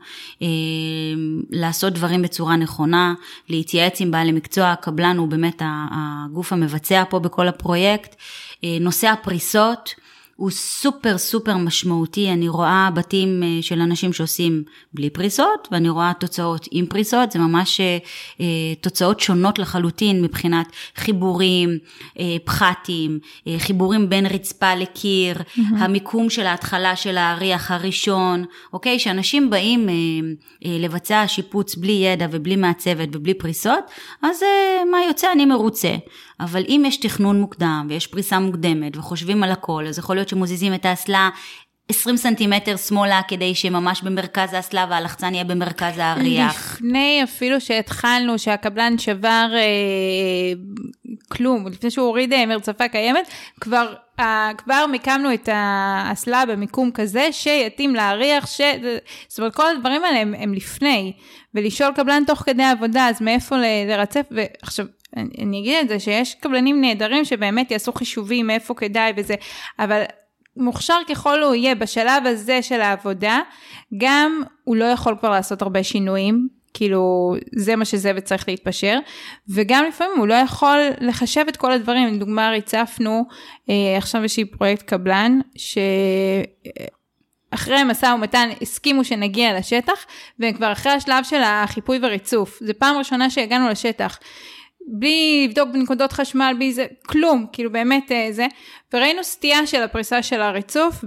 לעשות דברים בצורה נכונה, להתייעץ עם בעלי מקצוע, הקבלן הוא באמת הגוף המבצע פה בכל הפרויקט, נושא הפריסות, הוא סופר סופר משמעותי, אני רואה בתים של אנשים שעושים בלי פריסות, ואני רואה תוצאות עם פריסות, זה ממש תוצאות שונות לחלוטין, מבחינת חיבורים, פחתים, חיבורים בין רצפה לקיר, המיקום של ההתחלה של העריך הראשון, אוקיי, שאנשים באים לבצע שיפוץ בלי ידע ובלי מעצבת ובלי פריסות, אז מה יוצא? אני מרוצה. אבל אם יש תכנון מוקדם ויש פריסה מוקדמת וחושבים על הכל, אז יכול להיות שמוזיזים את האסלה 20 סנטימטר שמאלה כדי שממש במרכז האסלה והלחצן יהיה במרכז העריך. לפני אפילו שהתחלנו שהקבלן שבר כלום, לפני שהוא הוריד מרצפה קיימת, כבר מיקמנו את האסלה במיקום כזה שיתאים להריח, זאת אומרת כל הדברים האלה הם לפני, ולשאול קבלן תוך כדי עבודה, אז מאיפה לרצף, ועכשיו אני אגיד את זה שיש קבלנים נהדרים שבאמת יעשו חישובים מאיפה כדאי וזה, אבל מוכשר ככל הוא יהיה בשלב הזה של העבודה, גם הוא לא יכול כבר לעשות הרבה שינויים, כאילו זה מה שזה וצריך להתפשר, וגם לפעמים הוא לא יכול לחשב את כל הדברים. לדוגמה ריצפנו, עכשיו יש לי פרויקט קבלן, אחרי מסע ומתן הסכימו שנגיע לשטח, וכבר אחרי השלב של החיפוי וריצוף, זה פעם ראשונה שהגענו לשטח, בלי לבדוק בנקודות חשמל, בלי זה, כלום, כאילו באמת זה, וראינו סטייה של הפריסה של הריצוף,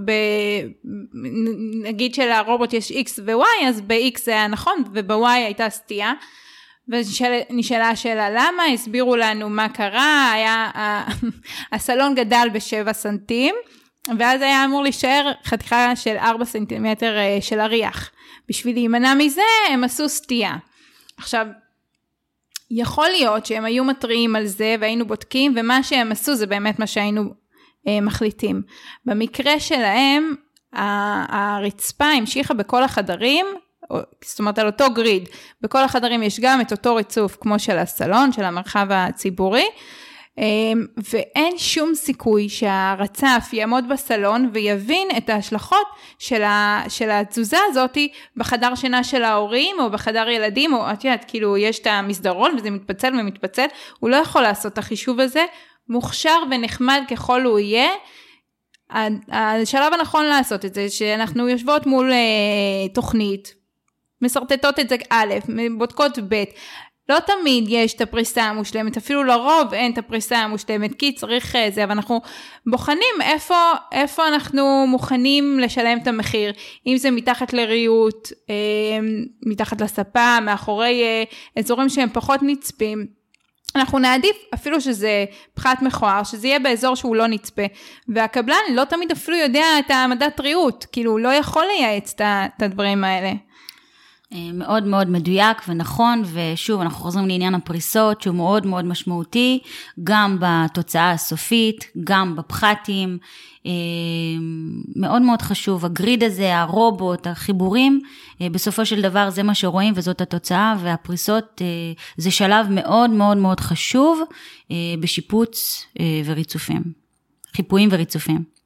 נגיד שלרובוט יש X ו-Y, אז ב-X זה היה נכון, וב-Y הייתה סטייה, ונשאלה השאלה למה, הסבירו לנו מה קרה, היה, הסלון גדל ב7 סנטים, ואז היה אמור להישאר חתיכה של 4 סנטימטר של אריח, בשביל להימנע מזה, הם עשו סטייה. עכשיו, יכול להיות שהם היו מטריעים על זה, והיינו בודקים, ומה שהם עשו זה באמת מה שהיינו מחליטים. במקרה שלהם, הרצפה המשיכה בכל החדרים, זאת אומרת על אותו גריד, בכל החדרים יש גם את אותו ריצוף, כמו של הסלון, של המרחב הציבורי, ואין שום סיכוי שהרצף יעמוד בסלון ויבין את ההשלכות של התזוזה הזאת בחדר שינה של ההורים או בחדר ילדים, או את יודעת, כאילו יש את המסדרון וזה מתפצל ומתפצל, הוא לא יכול לעשות את החישוב הזה, מוכשר ונחמד ככל הוא יהיה. השלב הנכון לעשות את זה, שאנחנו יושבות מול תוכנית, מסרטטות את זה א', בודקות ב', לא תמיד יש את הפריסה המושלמת, אפילו לרוב אין את הפריסה המושלמת, כי צריך זה, אבל אנחנו בוחנים איפה אנחנו מוכנים לשלם את המחיר, אם זה מתחת לריהוט, מתחת לספה, מאחורי אזורים שהם פחות נצפים, אנחנו נעדיף אפילו שזה פחת מכוער, שזה יהיה באזור שהוא לא נצפה, והקבלן לא תמיד אפילו יודע את העמדת ריהוט, כאילו הוא לא יכול לייעץ את הדברים האלה. מאוד מאוד מדויק ונכון, ושוב אנחנו חוזרים לעניין הפריסות שהוא מאוד מאוד משמעותי, גם בתוצאה הסופית, גם בפחתים, מאוד מאוד חשוב, הגריד הזה, הרובוט, החיבורים, בסופו של דבר זה מה שרואים וזאת התוצאה, והפריסות זה שלב מאוד מאוד מאוד חשוב בשיפוץ וריצופים, חיפויים וריצופים.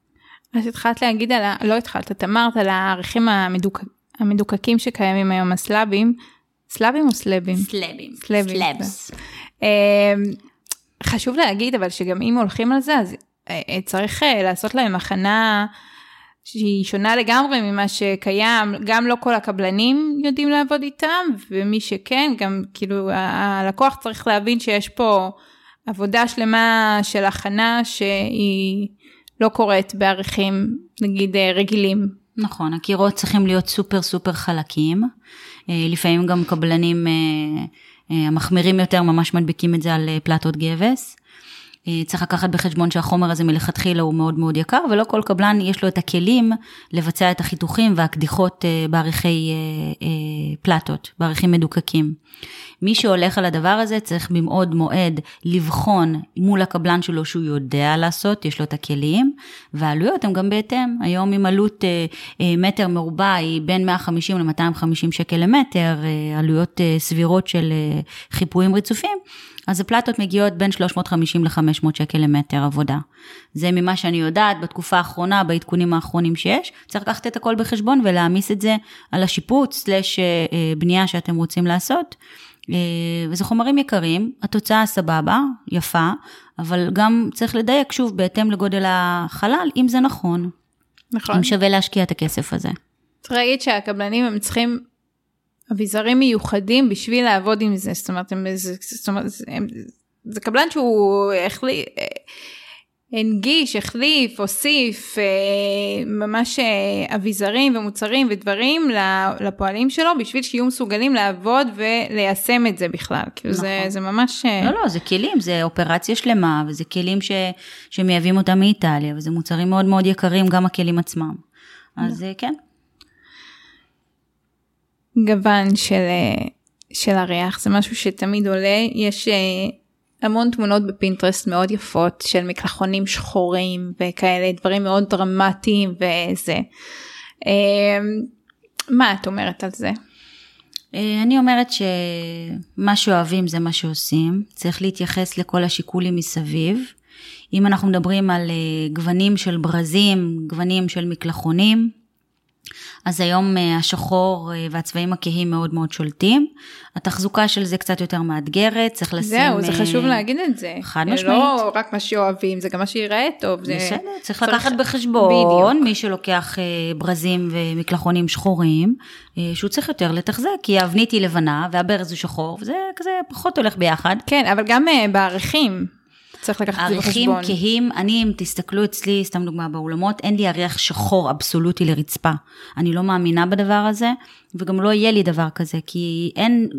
אז התחלת להגיד לא התחלת, את אמרת על הערכים המדוקקים שקיימים היום, הסלאבים, סלאבים או סלאבים? סלאבים. סלאבס. חשוב להגיד, אבל שגם אם הולכים על זה, אז צריך לעשות להם הכנה שהיא שונה לגמרי ממה שקיים, גם לא כל הקבלנים יודעים לעבוד איתם, ומי שכן, גם כאילו הלקוח צריך להבין שיש פה עבודה שלמה של הכנה שהיא לא קורית בערכים, נגיד, רגילים. נכון, הקירות צריכים להיות סופר סופר חלקים, לפעמים גם קבלנים המחמירים יותר ממש מדביקים את זה על פלטות גבס, צריך לקחת בחשבון שהחומר הזה מלכתחילה הוא מאוד מאוד יקר, ולא כל קבלן יש לו את הכלים לבצע את החיתוכים והקדיחות בעריכי פלטות, בעריכים מדוקקים. מי שהולך על הדבר הזה צריך במעוד מועד לבחון מול הקבלן שלו שהוא יודע לעשות, יש לו את הכלים, והעלויות הן גם בהתאם. היום עם עלות מטר מרובע היא בין 150 ל-250 שקל למטר, עלויות סבירות של חיפויים ריצופים, אז הפלטות מגיעות בין 350 ל-500 שקל למטר עבודה. זה ממה שאני יודעת בתקופה האחרונה, בעדכונים האחרונים שיש, צריך לקחת את הכל בחשבון ולהעמיס את זה על השיפוץ, בנייה שאתם רוצים לעשות, וזה חומרים יקרים, התוצאה סבבה, יפה, אבל גם צריך לדייק שוב בהתאם לגודל החלל, אם זה נכון. נכון. אם שווה להשקיע את הכסף הזה. צריך להגיד שהקבלנים הם צריכים אביזרים מיוחדים בשביל לעבוד עם זה, זאת אומרת, זה קבלן שהוא הנגיש, החליף, הוסיף, ממש אביזרים ומוצרים ודברים לפועלים שלו, בשביל שיהיו מסוגלים לעבוד וליישם את זה בכלל. כאילו זה ממש... לא, זה כלים, זה אופרציה שלמה, וזה כלים שמייבאים אותם מאיטליה, וזה מוצרים מאוד מאוד יקרים, גם הכלים עצמם. אז כן. גוון של הריח, זה משהו שתמיד עולה, יש המון תמונות בפינטרסט מאוד יפות, של מקלחונים שחורים וכאלה, דברים מאוד דרמטיים וזה. מה את אומרת על זה? אני אומרת שמה שאוהבים זה מה שעושים, צריך להתייחס לכל השיקולים מסביב, אם אנחנו מדברים על גוונים של ברזים, גוונים של מקלחונים, אז היום השחור והצבעים הכהים מאוד מאוד שולטים, התחזוקה של זה קצת יותר מאתגרת, צריך לשים... זהו, זה חשוב להגיד את זה. חד משמעית. לא רק מה שאוהבים, זה גם מה שיראה טוב. בסדר, צריך לקחת בחשבון, מי שלוקח ברזים ומקלחונים שחורים, שהוא צריך יותר לתחזק, כי האבנית היא לבנה והברז הוא שחור, וזה כזה פחות הולך ביחד. כן, אבל גם בערכים. צריך לקחת את זה בחשבון. עריכים כהים, אם תסתכלו אצלי, סתם דוגמה באולמות, אין לי עריך שחור אבסולוטי לרצפה. אני לא מאמינה בדבר הזה, וגם לא יהיה לי דבר כזה, כי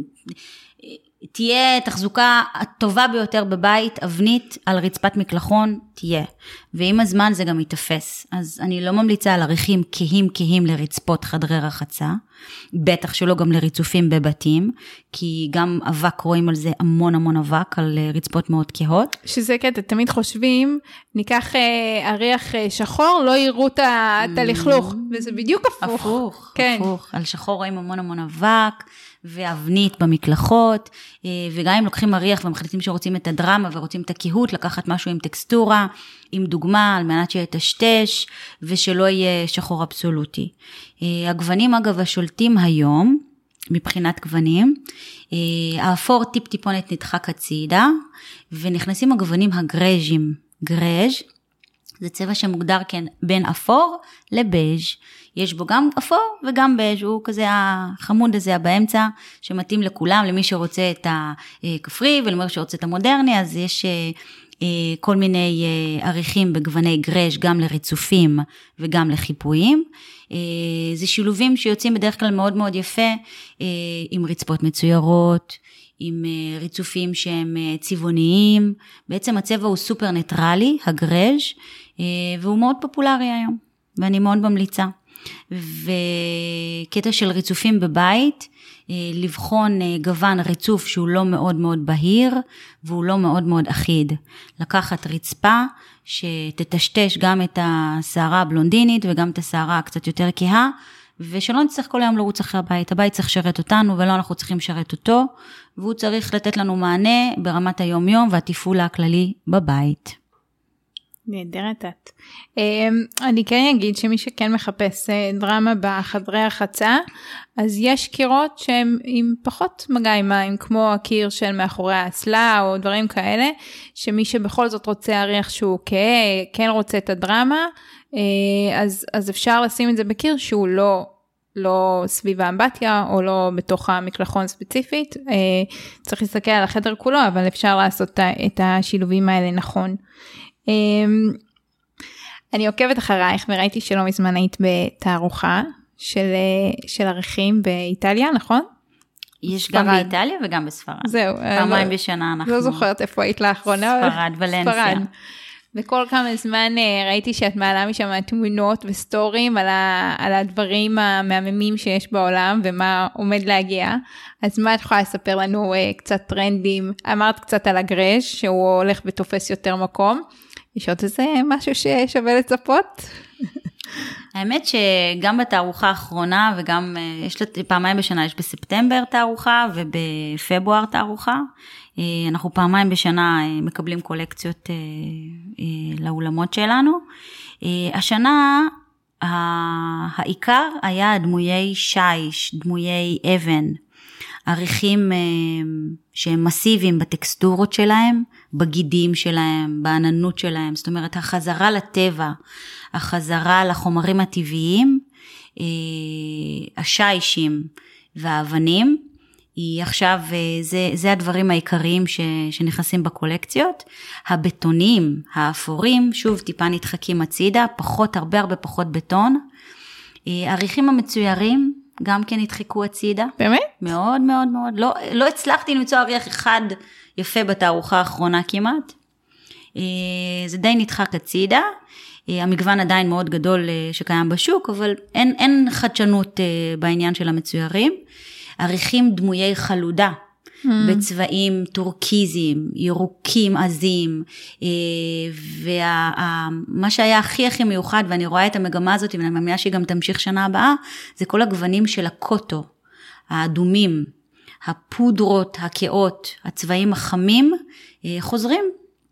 תהיה תחזוקה הטובה ביותר בבית, אבנית על רצפת מקלחון, תהיה. ועם הזמן זה גם יתפס. אז אני לא ממליצה על עריכים כהים לרצפות חדרי רחצה, בטח שלא גם לריצופים בבתים, כי גם אבק רואים על זה המון אבק, על רצפות מאוד כהות. שזה קטע, תמיד חושבים, ניקח אריח שחור, לא יראו את הלכלוך, וזה בדיוק הפוך. הפוך. על שחור רואים המון אבק, ואבנית במקלחות, וגם אם לוקחים אריח ומחליטים שרוצים את הדרמה ורוצים את הכהות, לקחת משהו עם טקסטורה, עם דוגמה, על מנת שיטשטש, ושלא יהיה שחור אבסולוטי. הגוונים אגב השולטים היום, מבחינת גוונים, האפור טיפונת נדחק הצידה, ונכנסים הגוונים הגרז'ים. גרז' זה צבע שמוגדר כן בין אפור לבז'. יש בו גם אפור וגם בז', הוא כזה החמוד הזה באמצע, שמתאים לכולם, למי שרוצה את הכפרי ולמי שרוצה את המודרני, אז יש כל מיני עריכים בגווני גרז' גם לריצופים וגם לחיפויים. זה שילובים שיוצאים בדרך כלל מאוד מאוד יפה, עם רצפות מצוירות, עם ריצופים שהם צבעוניים, בעצם הצבע הוא סופר ניטרלי, הגרז', והוא מאוד פופולרי היום, ואני מאוד ממליצה. וקטע של ריצופים בבית, לבחון גוון ריצוף שהוא לא מאוד מאוד בהיר, והוא לא מאוד מאוד אחיד. לקחת רצפה שתטשטש גם את השערה הבלונדינית, וגם את השערה הקצת יותר כהה, ושלא נצטרך כל היום לרוץ אחרי הבית. הבית צריך לשרת אותנו, ולא אנחנו צריכים לשרת אותו, והוא צריך לתת לנו מענה ברמת היום-יום, והטיפול הכללי בבית. נהדרת את. אני כן אגיד שמי שכן מחפש דרמה בחדרי החצה, אז יש קירות שהם עם פחות מגע עם מים, כמו הקיר של מאחורי האסלה או דברים כאלה, שמי שבכל זאת רוצה להריח שהוא כן רוצה את הדרמה, אז אפשר לשים את זה בקיר שהוא לא סביב האמבטיה או לא בתוך המקלחון ספציפית, צריך להסתכל על החדר כולו, אבל אפשר לעשות את השילובים האלה נכון. אני עוקבת אחרייך וראיתי שלא מזמן היית בתערוכה של עריכים באיטליה, נכון? יש גם באיטליה וגם בספרד. זהו. פעמיים בשנה אנחנו. לא זוכרת איפה היית לאחרונה. ספרד, ולנסיה. וכל כמה זמן ראיתי שאת מעלה משם תמונות וסטורים על הדברים המהממים שיש בעולם ומה עומד להגיע. אז מה את יכולה לספר לנו קצת טרנדים? אמרת קצת על הגרש שהוא הולך ותופס יותר מקום. יש עוד איזה משהו ששווה לצפות? האמת שגם בתערוכה האחרונה וגם יש פעמיים בשנה, יש בספטמבר תערוכה ובפברואר תערוכה. אנחנו פעמיים בשנה מקבלים קולקציות לאולמות שלנו. השנה העיקר היה דמויי שיש, דמויי אבן, עריכים שהם מסיביים בטקסטורות שלהם, בגידים שלהם, בעננות שלהם, זאת אומרת החזרה לטבע, החזרה לחומרים הטבעיים, השישים והאבנים, היא עכשיו, זה הדברים העיקריים שנכנסים בקולקציות. הבטונים, האפורים, שוב טיפה נדחקים הצידה, הרבה פחות בטון. העריכים המצוירים, גם כן נדחקו הצידה. באמת? מאוד מאוד מאוד. לא הצלחתי למצוא עריך אחד יפה בתערוכה האחרונה כמעט. זה די נדחק הצידה. המגוון עדיין מאוד גדול שקיים בשוק, אבל אין חדשנות בעניין של המצוירים. עריכים דמויי חלודה, בצבעים טורקיזיים, ירוקים עזים, ומה שהיה הכי מיוחד, ואני רואה את המגמה הזאת, ואני מאמינה שהיא גם תמשיך שנה הבאה, זה כל הגוונים של הקוטו, האדומים, הפודרות, הקאות, הצבעים החמים, חוזרים.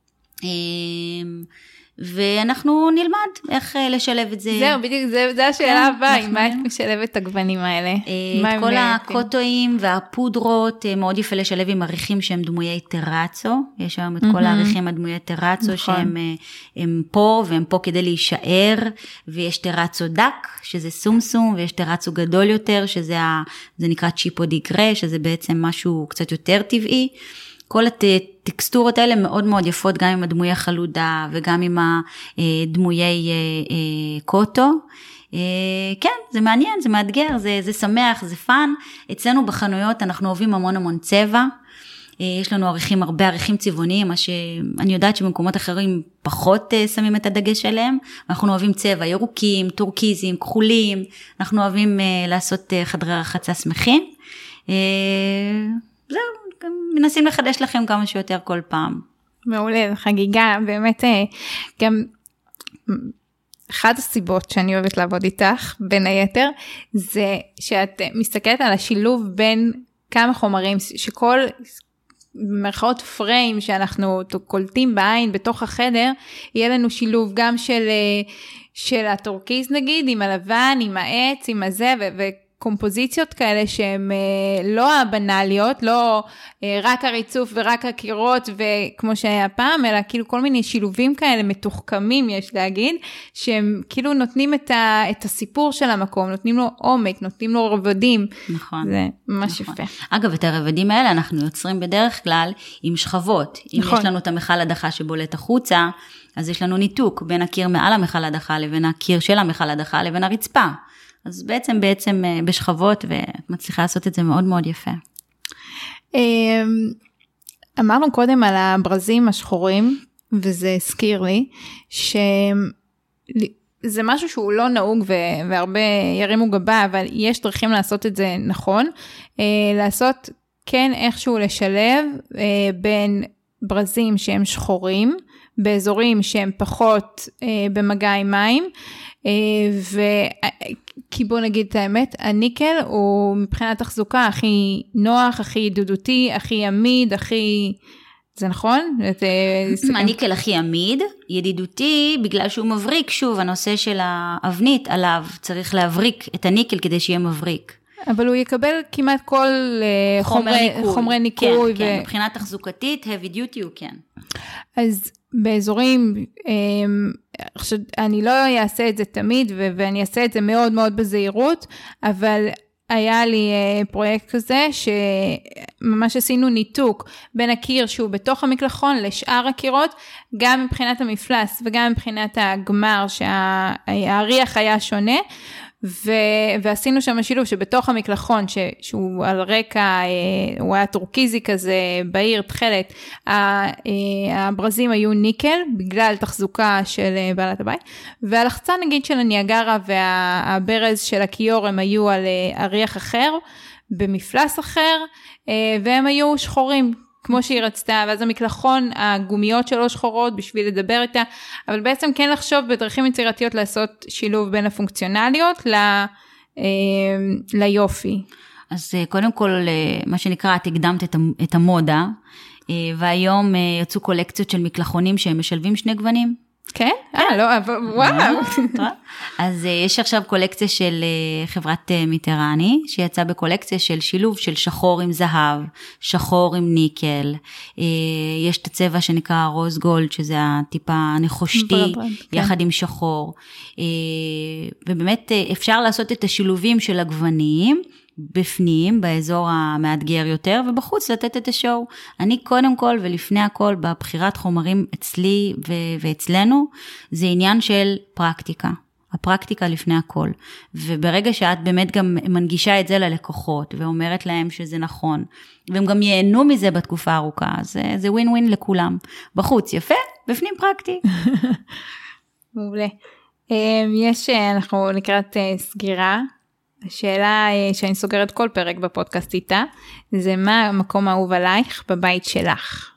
ואנחנו נלמד איך לשלב את זה. זהו, בדיוק, זה השאלה הבאה, מה את משלבת את הגוונים האלה? את כל הקוטואים והפודרות, מאוד יפה לשלב עם עריכים שהם דמויי טרצו, יש היום את כל העריכים הדמויי טרצו, שהם פה, והם פה כדי להישאר, ויש טרצו דק, שזה סומסום, ויש טרצו גדול יותר, שזה נקרא צ'יפו דיגרה, שזה בעצם משהו קצת יותר טבעי, כל הטקסטורות האלה מאוד מאוד יפות, גם עם הדמויי חלודה וגם עם הדמויי קוטו. כן, זה מעניין, זה מאתגר, זה שמח, זה פן. אצלנו בחנויות אנחנו אוהבים המון צבע. יש לנו הרבה עריכים צבעוניים, מה שאני יודעת שבמקומות אחרים פחות שמים את הדגש עליהם. אנחנו אוהבים צבע, ירוקים, טורקיזים, כחולים. אנחנו אוהבים לעשות חדרי רחצה שמחים. זהו. מנסים לחדש לכם כמה שיותר כל פעם. מעולה, חגיגה, באמת גם אחת הסיבות שאני אוהבת לעבוד איתך, בין היתר, זה שאת מסתכלת על השילוב בין כמה חומרים, שכל מרכאות פריים שאנחנו קולטים בעין בתוך החדר, יהיה לנו שילוב גם של הטורקיז נגיד, עם הלבן, עם העץ, עם הזה, קומפוזיציות כאלה שהן לא הבנליות, לא רק הריצוף ורק הקירות וכמו שהיה פעם, אלא כאילו כל מיני שילובים כאלה מתוחכמים יש להגיד, שהם כאילו נותנים את הסיפור של המקום, נותנים לו עומק, נותנים לו רבדים. נכון. זה ממש יפה. אגב, את הרבדים האלה אנחנו יוצרים בדרך כלל עם שכבות. אם יש לנו את המכל הדחה שבולט החוצה, אז יש לנו ניתוק בין הקיר מעל המכל הדחה לבין הקיר של המכל הדחה לבין הרצפה. אז בעצם בשכבות, ומצליחה לעשות את זה מאוד מאוד יפה. אמרנו קודם על הברזים השחורים, וזה הזכיר לי, שזה משהו שהוא לא נהוג, והרבה ירימו גבה, אבל יש דרכים לעשות את זה נכון, לעשות כן איכשהו לשלב בין ברזים שהם שחורים, באזורים שהם פחות במגע עם מים, כי בוא נגיד את האמת, הניקל הוא מבחינת תחזוקה הכי נוח, הכי ידידותי, הכי עמיד, הכי זה נכון? הניקל הכי עמיד, ידידותי, בגלל שהוא מבריק, שוב, הנושא של האבנית עליו, צריך להבריק את הניקל כדי שיהיה מבריק. אבל הוא יקבל כמעט כל חומרי ניקוי. כן, מבחינת תחזוקתית, heavy duty הוא כן. אז באזורים, אני לא אעשה את זה תמיד, ואני אעשה את זה מאוד מאוד בזהירות, אבל היה לי פרויקט כזה, שממש עשינו ניתוק בין הקיר שהוא בתוך המקלחון לשאר הקירות, גם מבחינת המפלס וגם מבחינת הגמר, שהריח היה שונה, ועשינו שם שילוב שבתוך המקלחון, שהוא על רקע, הוא היה טורקיזי כזה, בעיר, תחלת, הברזים היו ניקל, בגלל תחזוקה של בעלת הבית, והלחצן נגיד של הניאגרה, והברז של הכיור, הם היו על אריח אחר, במפלס אחר, והם היו שחורים, כמו שהיא רצתה, ואז המקלחון, הגומיות שלו שחורות בשביל לדבר איתה, אבל בעצם כן לחשוב בדרכים יצירתיות לעשות שילוב בין הפונקציונליות ליופי. אז קודם כל, מה שנקרא, את הקדמת את המודה, והיום יצאו קולקציות של מקלחונים שהם משלבים שני גוונים. כן? לא, וואו. אז יש עכשיו קולקציה של חברת מיטרני, שיצאה בקולקציה של שילוב של שחור עם זהב, שחור עם ניקל, יש את הצבע שנקרא רוז גולד, שזה הטיפה הנחושתי, יחד עם שחור, ובאמת אפשר לעשות את השילובים של הגוונים, בפנים, באזור המאתגר יותר, ובחוץ לתת את השואו. אני קודם כל ולפני הכל, בבחירת חומרים אצלי ואצלנו, זה עניין של פרקטיקה. הפרקטיקה לפני הכל. וברגע שאת באמת גם מנגישה את זה ללקוחות, ואומרת להם שזה נכון, והם גם ייהנו מזה בתקופה ארוכה, אז זה ווין ווין לכולם. בחוץ יפה, בפנים פרקטי. מעולה. אנחנו לקראת סגירה, השאלה שאני סוגרת כל פרק בפודקאסט איתה, זה מה המקום האהוב עלייך בבית שלך?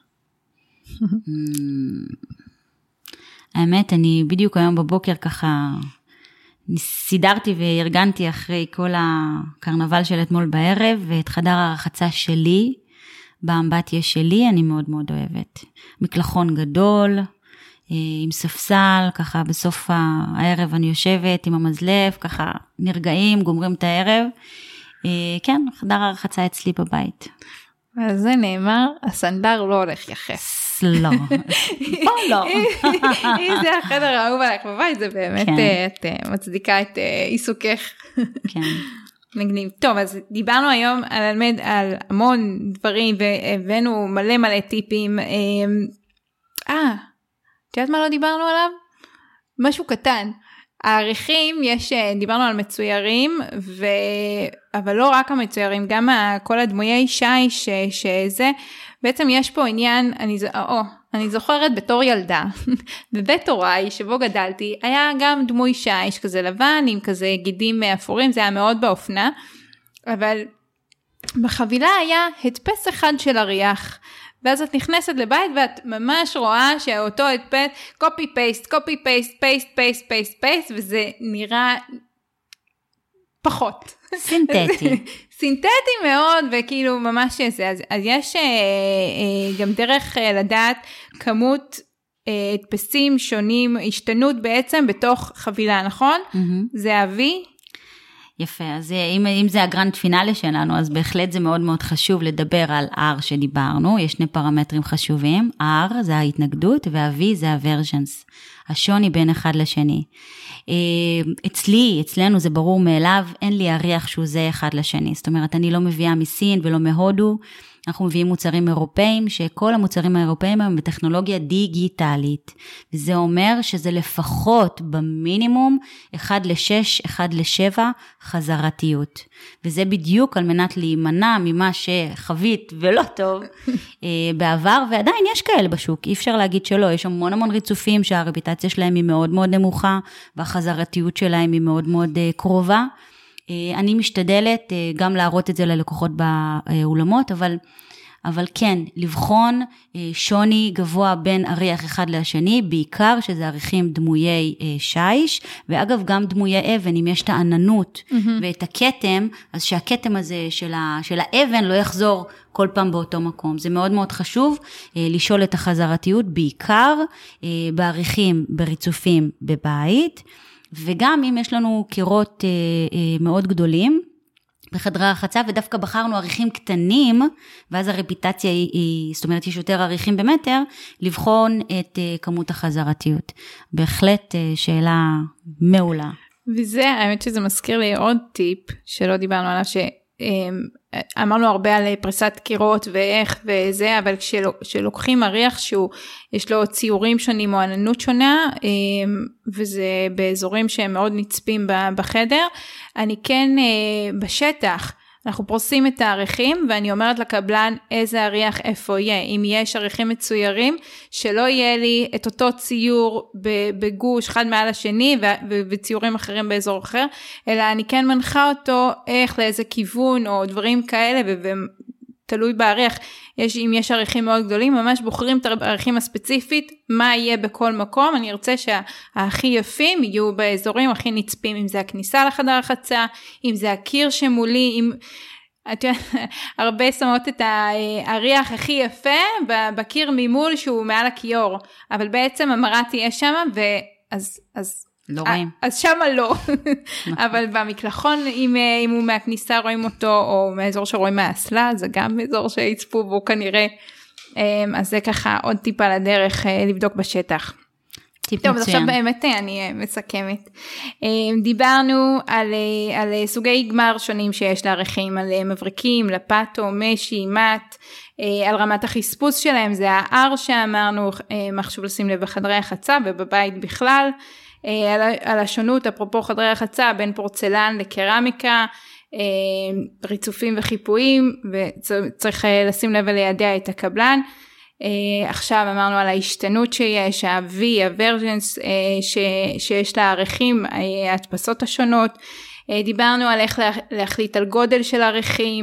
האמת, אני בדיוק היום בבוקר ככה, סידרתי וארגנתי אחרי כל הקרנבל של אתמול בערב, ואת חדר הרחצה שלי, באמבטיה שלי, אני מאוד מאוד אוהבת. מקלחון גדול, עם ספסל, ככה בסוף הערב אני יושבת עם המזלף, ככה נרגעים, גומרים את הערב. כן, חדר הרחצה אצלי בבית. אז זה נאמר, הסנדר לא הולך יחס. לא, פה לא. אם זה החדר האהוב עליך בבית, זה באמת, את מצדיקה את עיסוקך. כן. מגניב. טוב, אז דיברנו היום על המון דברים, והבאנו מלא מלא טיפים. את יודעת מה לא דיברנו עליו? משהו קטן. העריכים, דיברנו על מצוירים, אבל לא רק המצוירים, גם כל הדמויי שיש, שזה, בעצם יש פה עניין, אני זוכרת בתור ילדה, בבית הוריי שבו גדלתי, היה גם דמוי שיש כזה לבן, עם כזה גידים אפורים, זה היה מאוד באופנה, אבל בחבילה היה הדפס אחד של אריח, ואז את נכנסת לבית ואת ממש רואה שאותו הדפס, קופי פייסט, קופי פייסט, פייסט, פייסט, פייסט, פייסט, וזה נראה פחות. סינתטי. סינתטי מאוד, וכאילו ממש זה. אז יש גם דרך לדעת כמות הדפסים שונים, השתנות בעצם בתוך חבילה, נכון? זה אבי? יפה, אז אם זה הגרנד פינאלי שלנו, אז בהחלט זה מאוד מאוד חשוב לדבר על R שדיברנו, יש שני פרמטרים חשובים, R זה ההתנגדות, וה-V זה הוורז'נס, השוני בין אחד לשני. אצלנו זה ברור מאליו, אין לי הריח שהוא זה אחד לשני, זאת אומרת, אני לא מביאה מסין ולא מהודו, אנחנו מביאים מוצרים אירופאים, שכל המוצרים האירופאים הם בטכנולוגיה דיגיטלית, וזה אומר שזה לפחות במינימום 1/6, 1/7 חזרתיות, וזה בדיוק על מנת להימנע ממה שחווית ולא טוב בעבר, ועדיין יש כאלה בשוק, אי אפשר להגיד שלא, יש המון ריצופים שהרפיטציה שלהם היא מאוד מאוד נמוכה, והחזרתיות שלהם היא מאוד מאוד קרובה, אני משתדלת גם להראות את זה ללקוחות באולמות, אבל אבל כן, לבחון שוני גבוה בין אריח אחד לשני, בעיקר שזה אריחים דמויי שיש, ואגב גם דמויי אבן, אם יש את העננות ואת הכתם, אז שהכתם הזה של האבן לא יחזור כל פעם באותו מקום. זה מאוד מאוד חשוב לשאול את החזרתיות, בעיקר באריחים בריצופים בבית, וגם אם יש לנו קירות מאוד גדולים, בחדרי הרחצה, ודווקא בחרנו אריחים קטנים, ואז הרפיטציה היא, זאת אומרת, יש יותר אריחים במטר, לבחון את כמות החזרתיות. בהחלט שאלה מעולה. וזה, האמת שזה מזכיר לי עוד טיפ, שלא דיברנו עליו, אמרנו הרבה על פריסת קירות ואיך וזה, אבל כשלוקחים אריח יש לו ציורים שונים או עננות שונה, וזה באזורים שהם מאוד נצפים בחדר, אני כן בשטח, אנחנו פורסים את האריחים, ואני אומרת לקבלן איזה אריח איפה יהיה, אם יש אריחים מצוירים, שלא יהיה לי את אותו ציור בגוש אחד מעל השני, וציורים אחרים באזור אחר, אלא אני כן מנחה אותו איך לאיזה כיוון, או דברים כאלה, ותלוי באריח, אם יש אריחים מאוד גדולים, ממש בוחרים את האריחים הספציפית, מה יהיה בכל מקום, אני ארצה שהכי יפים יהיו באזורים הכי נצפים, אם זה הכניסה לחדר החצה, אם זה הקיר שמולי, הרבה שמות את האריח הכי יפה, בקיר ממול שהוא מעל הכיור, אבל בעצם המראה תהיה שם, לא רואים. אז שמה לא, אבל במקלחון, אם הוא מהכניסה רואים אותו, או מהאזור שרואים מהאסלה, זה גם אזור שיצפו בו כנראה, אז זה ככה עוד טיפה לדרך לבדוק בשטח. טוב, אז עכשיו באמת אני מסכמת. דיברנו על סוגי גמר שונים שיש לאריחים, על מבריקים, לפטו, משי, מט, על רמת החספוס שלהם, זה ה-R שאמרנו, מה חשוב לשים לב בחדרי החצה ובבית בכלל, על השונות, אפרופו חדרי החצה, בין פורצלן לקרמיקה, ריצופים וחיפויים, וצריך לשים לב וליידע את הקבלן. עכשיו אמרנו על ההשתנות שיש, ה-V, ה-Versions שיש לאריחים, ההדפסות השונות, דיברנו על איך להחליט על גודל של אריחים,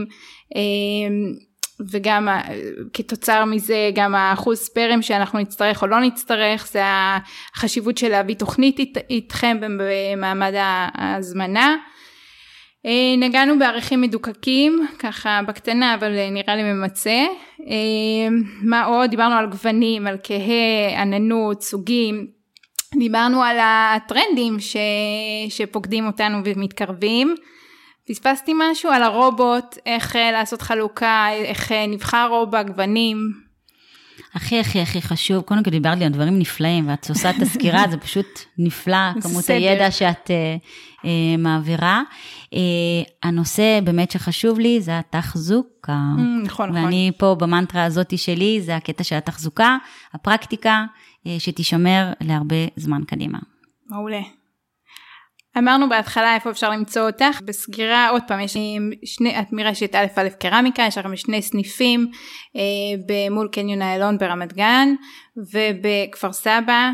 וגם כתוצר מזה גם האחוז ספרם שאנחנו נצטרך או לא נצטרך, זה החשיבות של להביא תוכנית איתכם במעמד ההזמנה. נגענו באריחים מדוקקים, ככה בקטנה, אבל נראה לי ממצא. מה עוד? דיברנו על גוונים, על כהה, עננות, סוגים. דיברנו על הטרנדים שפוקדים אותנו ומתקרבים. פספסתי משהו על הרובוט, איך לעשות חלוקה, איך נבחר רובוט, גוונים. הכי חשוב, קודם כל דיברת לי על דברים נפלאים, ואת עושה את הסקירה, זה פשוט נפלא, כמות הידע שאת מעבירה. הנושא באמת שחשוב לי, זה התחזוקה. נכון. ואני פה במנטרה הזאת שלי, זה הקטע של התחזוקה, הפרקטיקה, שתשמר להרבה זמן קדימה. מעולה. אמרנו בהתחלה איפה אפשר למצוא אותך, בסגירה עוד פעם יש את מרשת א' קרמיקה, יש לכם 2 סניפים, במול קניון איילון ברמת גן, ובכפר סבא,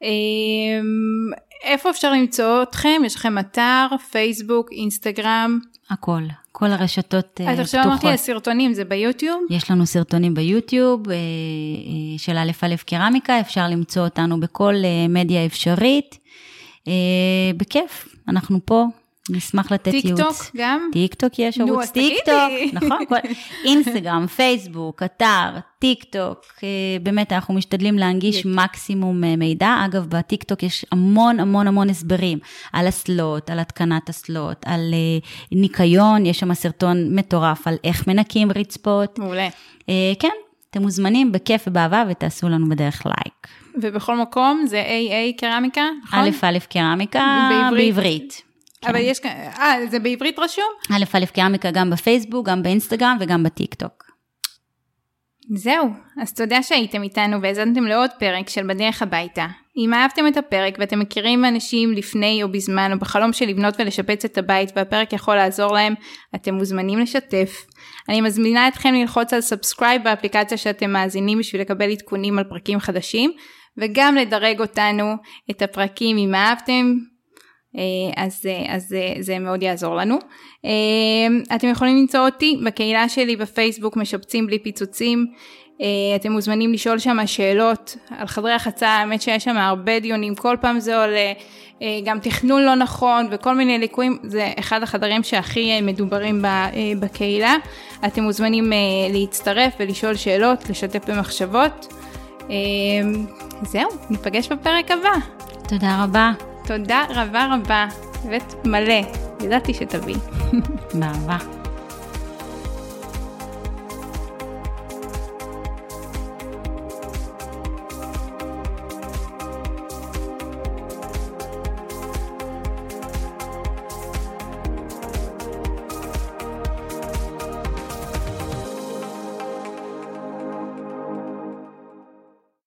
איפה אפשר למצוא אתכם? יש לכם אתר, פייסבוק, אינסטגרם? הכל, כל הרשתות פתוחות. אז עכשיו אמרתי הסרטונים, זה ביוטיוב? יש לנו סרטונים ביוטיוב של א' קרמיקה, אפשר למצוא אותנו בכל מדיה אפשרית, בכיף, אנחנו פה, נשמח לתת ייעוץ. טיקטוק גם? טיקטוק יש ערוץ טיקטוק, נכון, אינסטגרם, פייסבוק, אתר, טיקטוק, באמת אנחנו משתדלים להנגיש מקסימום מידע, אגב בטיקטוק יש המון הסברים, על הסלוט, על התקנת הסלוט, על ניקיון, יש שם סרטון מטורף על איך מנקים רצפות. מעולה. כן, אתם מוזמנים בכיף ובאהבה ותעשו לנו בדרך לייק. ובכל מקום זה AA קרמיקה, נכון? א' קרמיקה בעברית. אבל יש, זה בעברית רשום? א' קרמיקה גם בפייסבוק, גם באינסטגרם וגם בטיקטוק. זהו, אז תודה שהייתם איתנו והזנתם לעוד פרק של בדרך הביתה. אם אהבתם את הפרק ואתם מכירים אנשים לפני או בזמן או בחלום של לבנות ולשפץ את הבית והפרק יכול לעזור להם, אתם מוזמנים לשתף. אני מזמינה אתכם ללחוץ על סאבסקרייב באפליקציה שאתם מאזינים בשביל לקבל עדכונים על פרקים חדשים, וגם לדרג אותנו את הפרקים אם אהבתם, אז זה מאוד יעזור לנו. אתם יכולים למצוא אותי בקהילה שלי בפייסבוק, משפצים בלי פיצוצים. אתם מוזמנים לשאול שם שאלות על חדרי החצה, האמת שיש שם הרבה דיונים, כל פעם זה עולה, גם תכנון לא נכון וכל מיני ליקויים, זה אחד החדרים שהכי מדוברים בקהילה. אתם מוזמנים להצטרף ולשאול שאלות, לשתף במחשבות. זהו, ניפגש בפרק הבא. תודה רבה. תודה רבה רבה, באמת מלא, ידעתי שתביא. באהבה.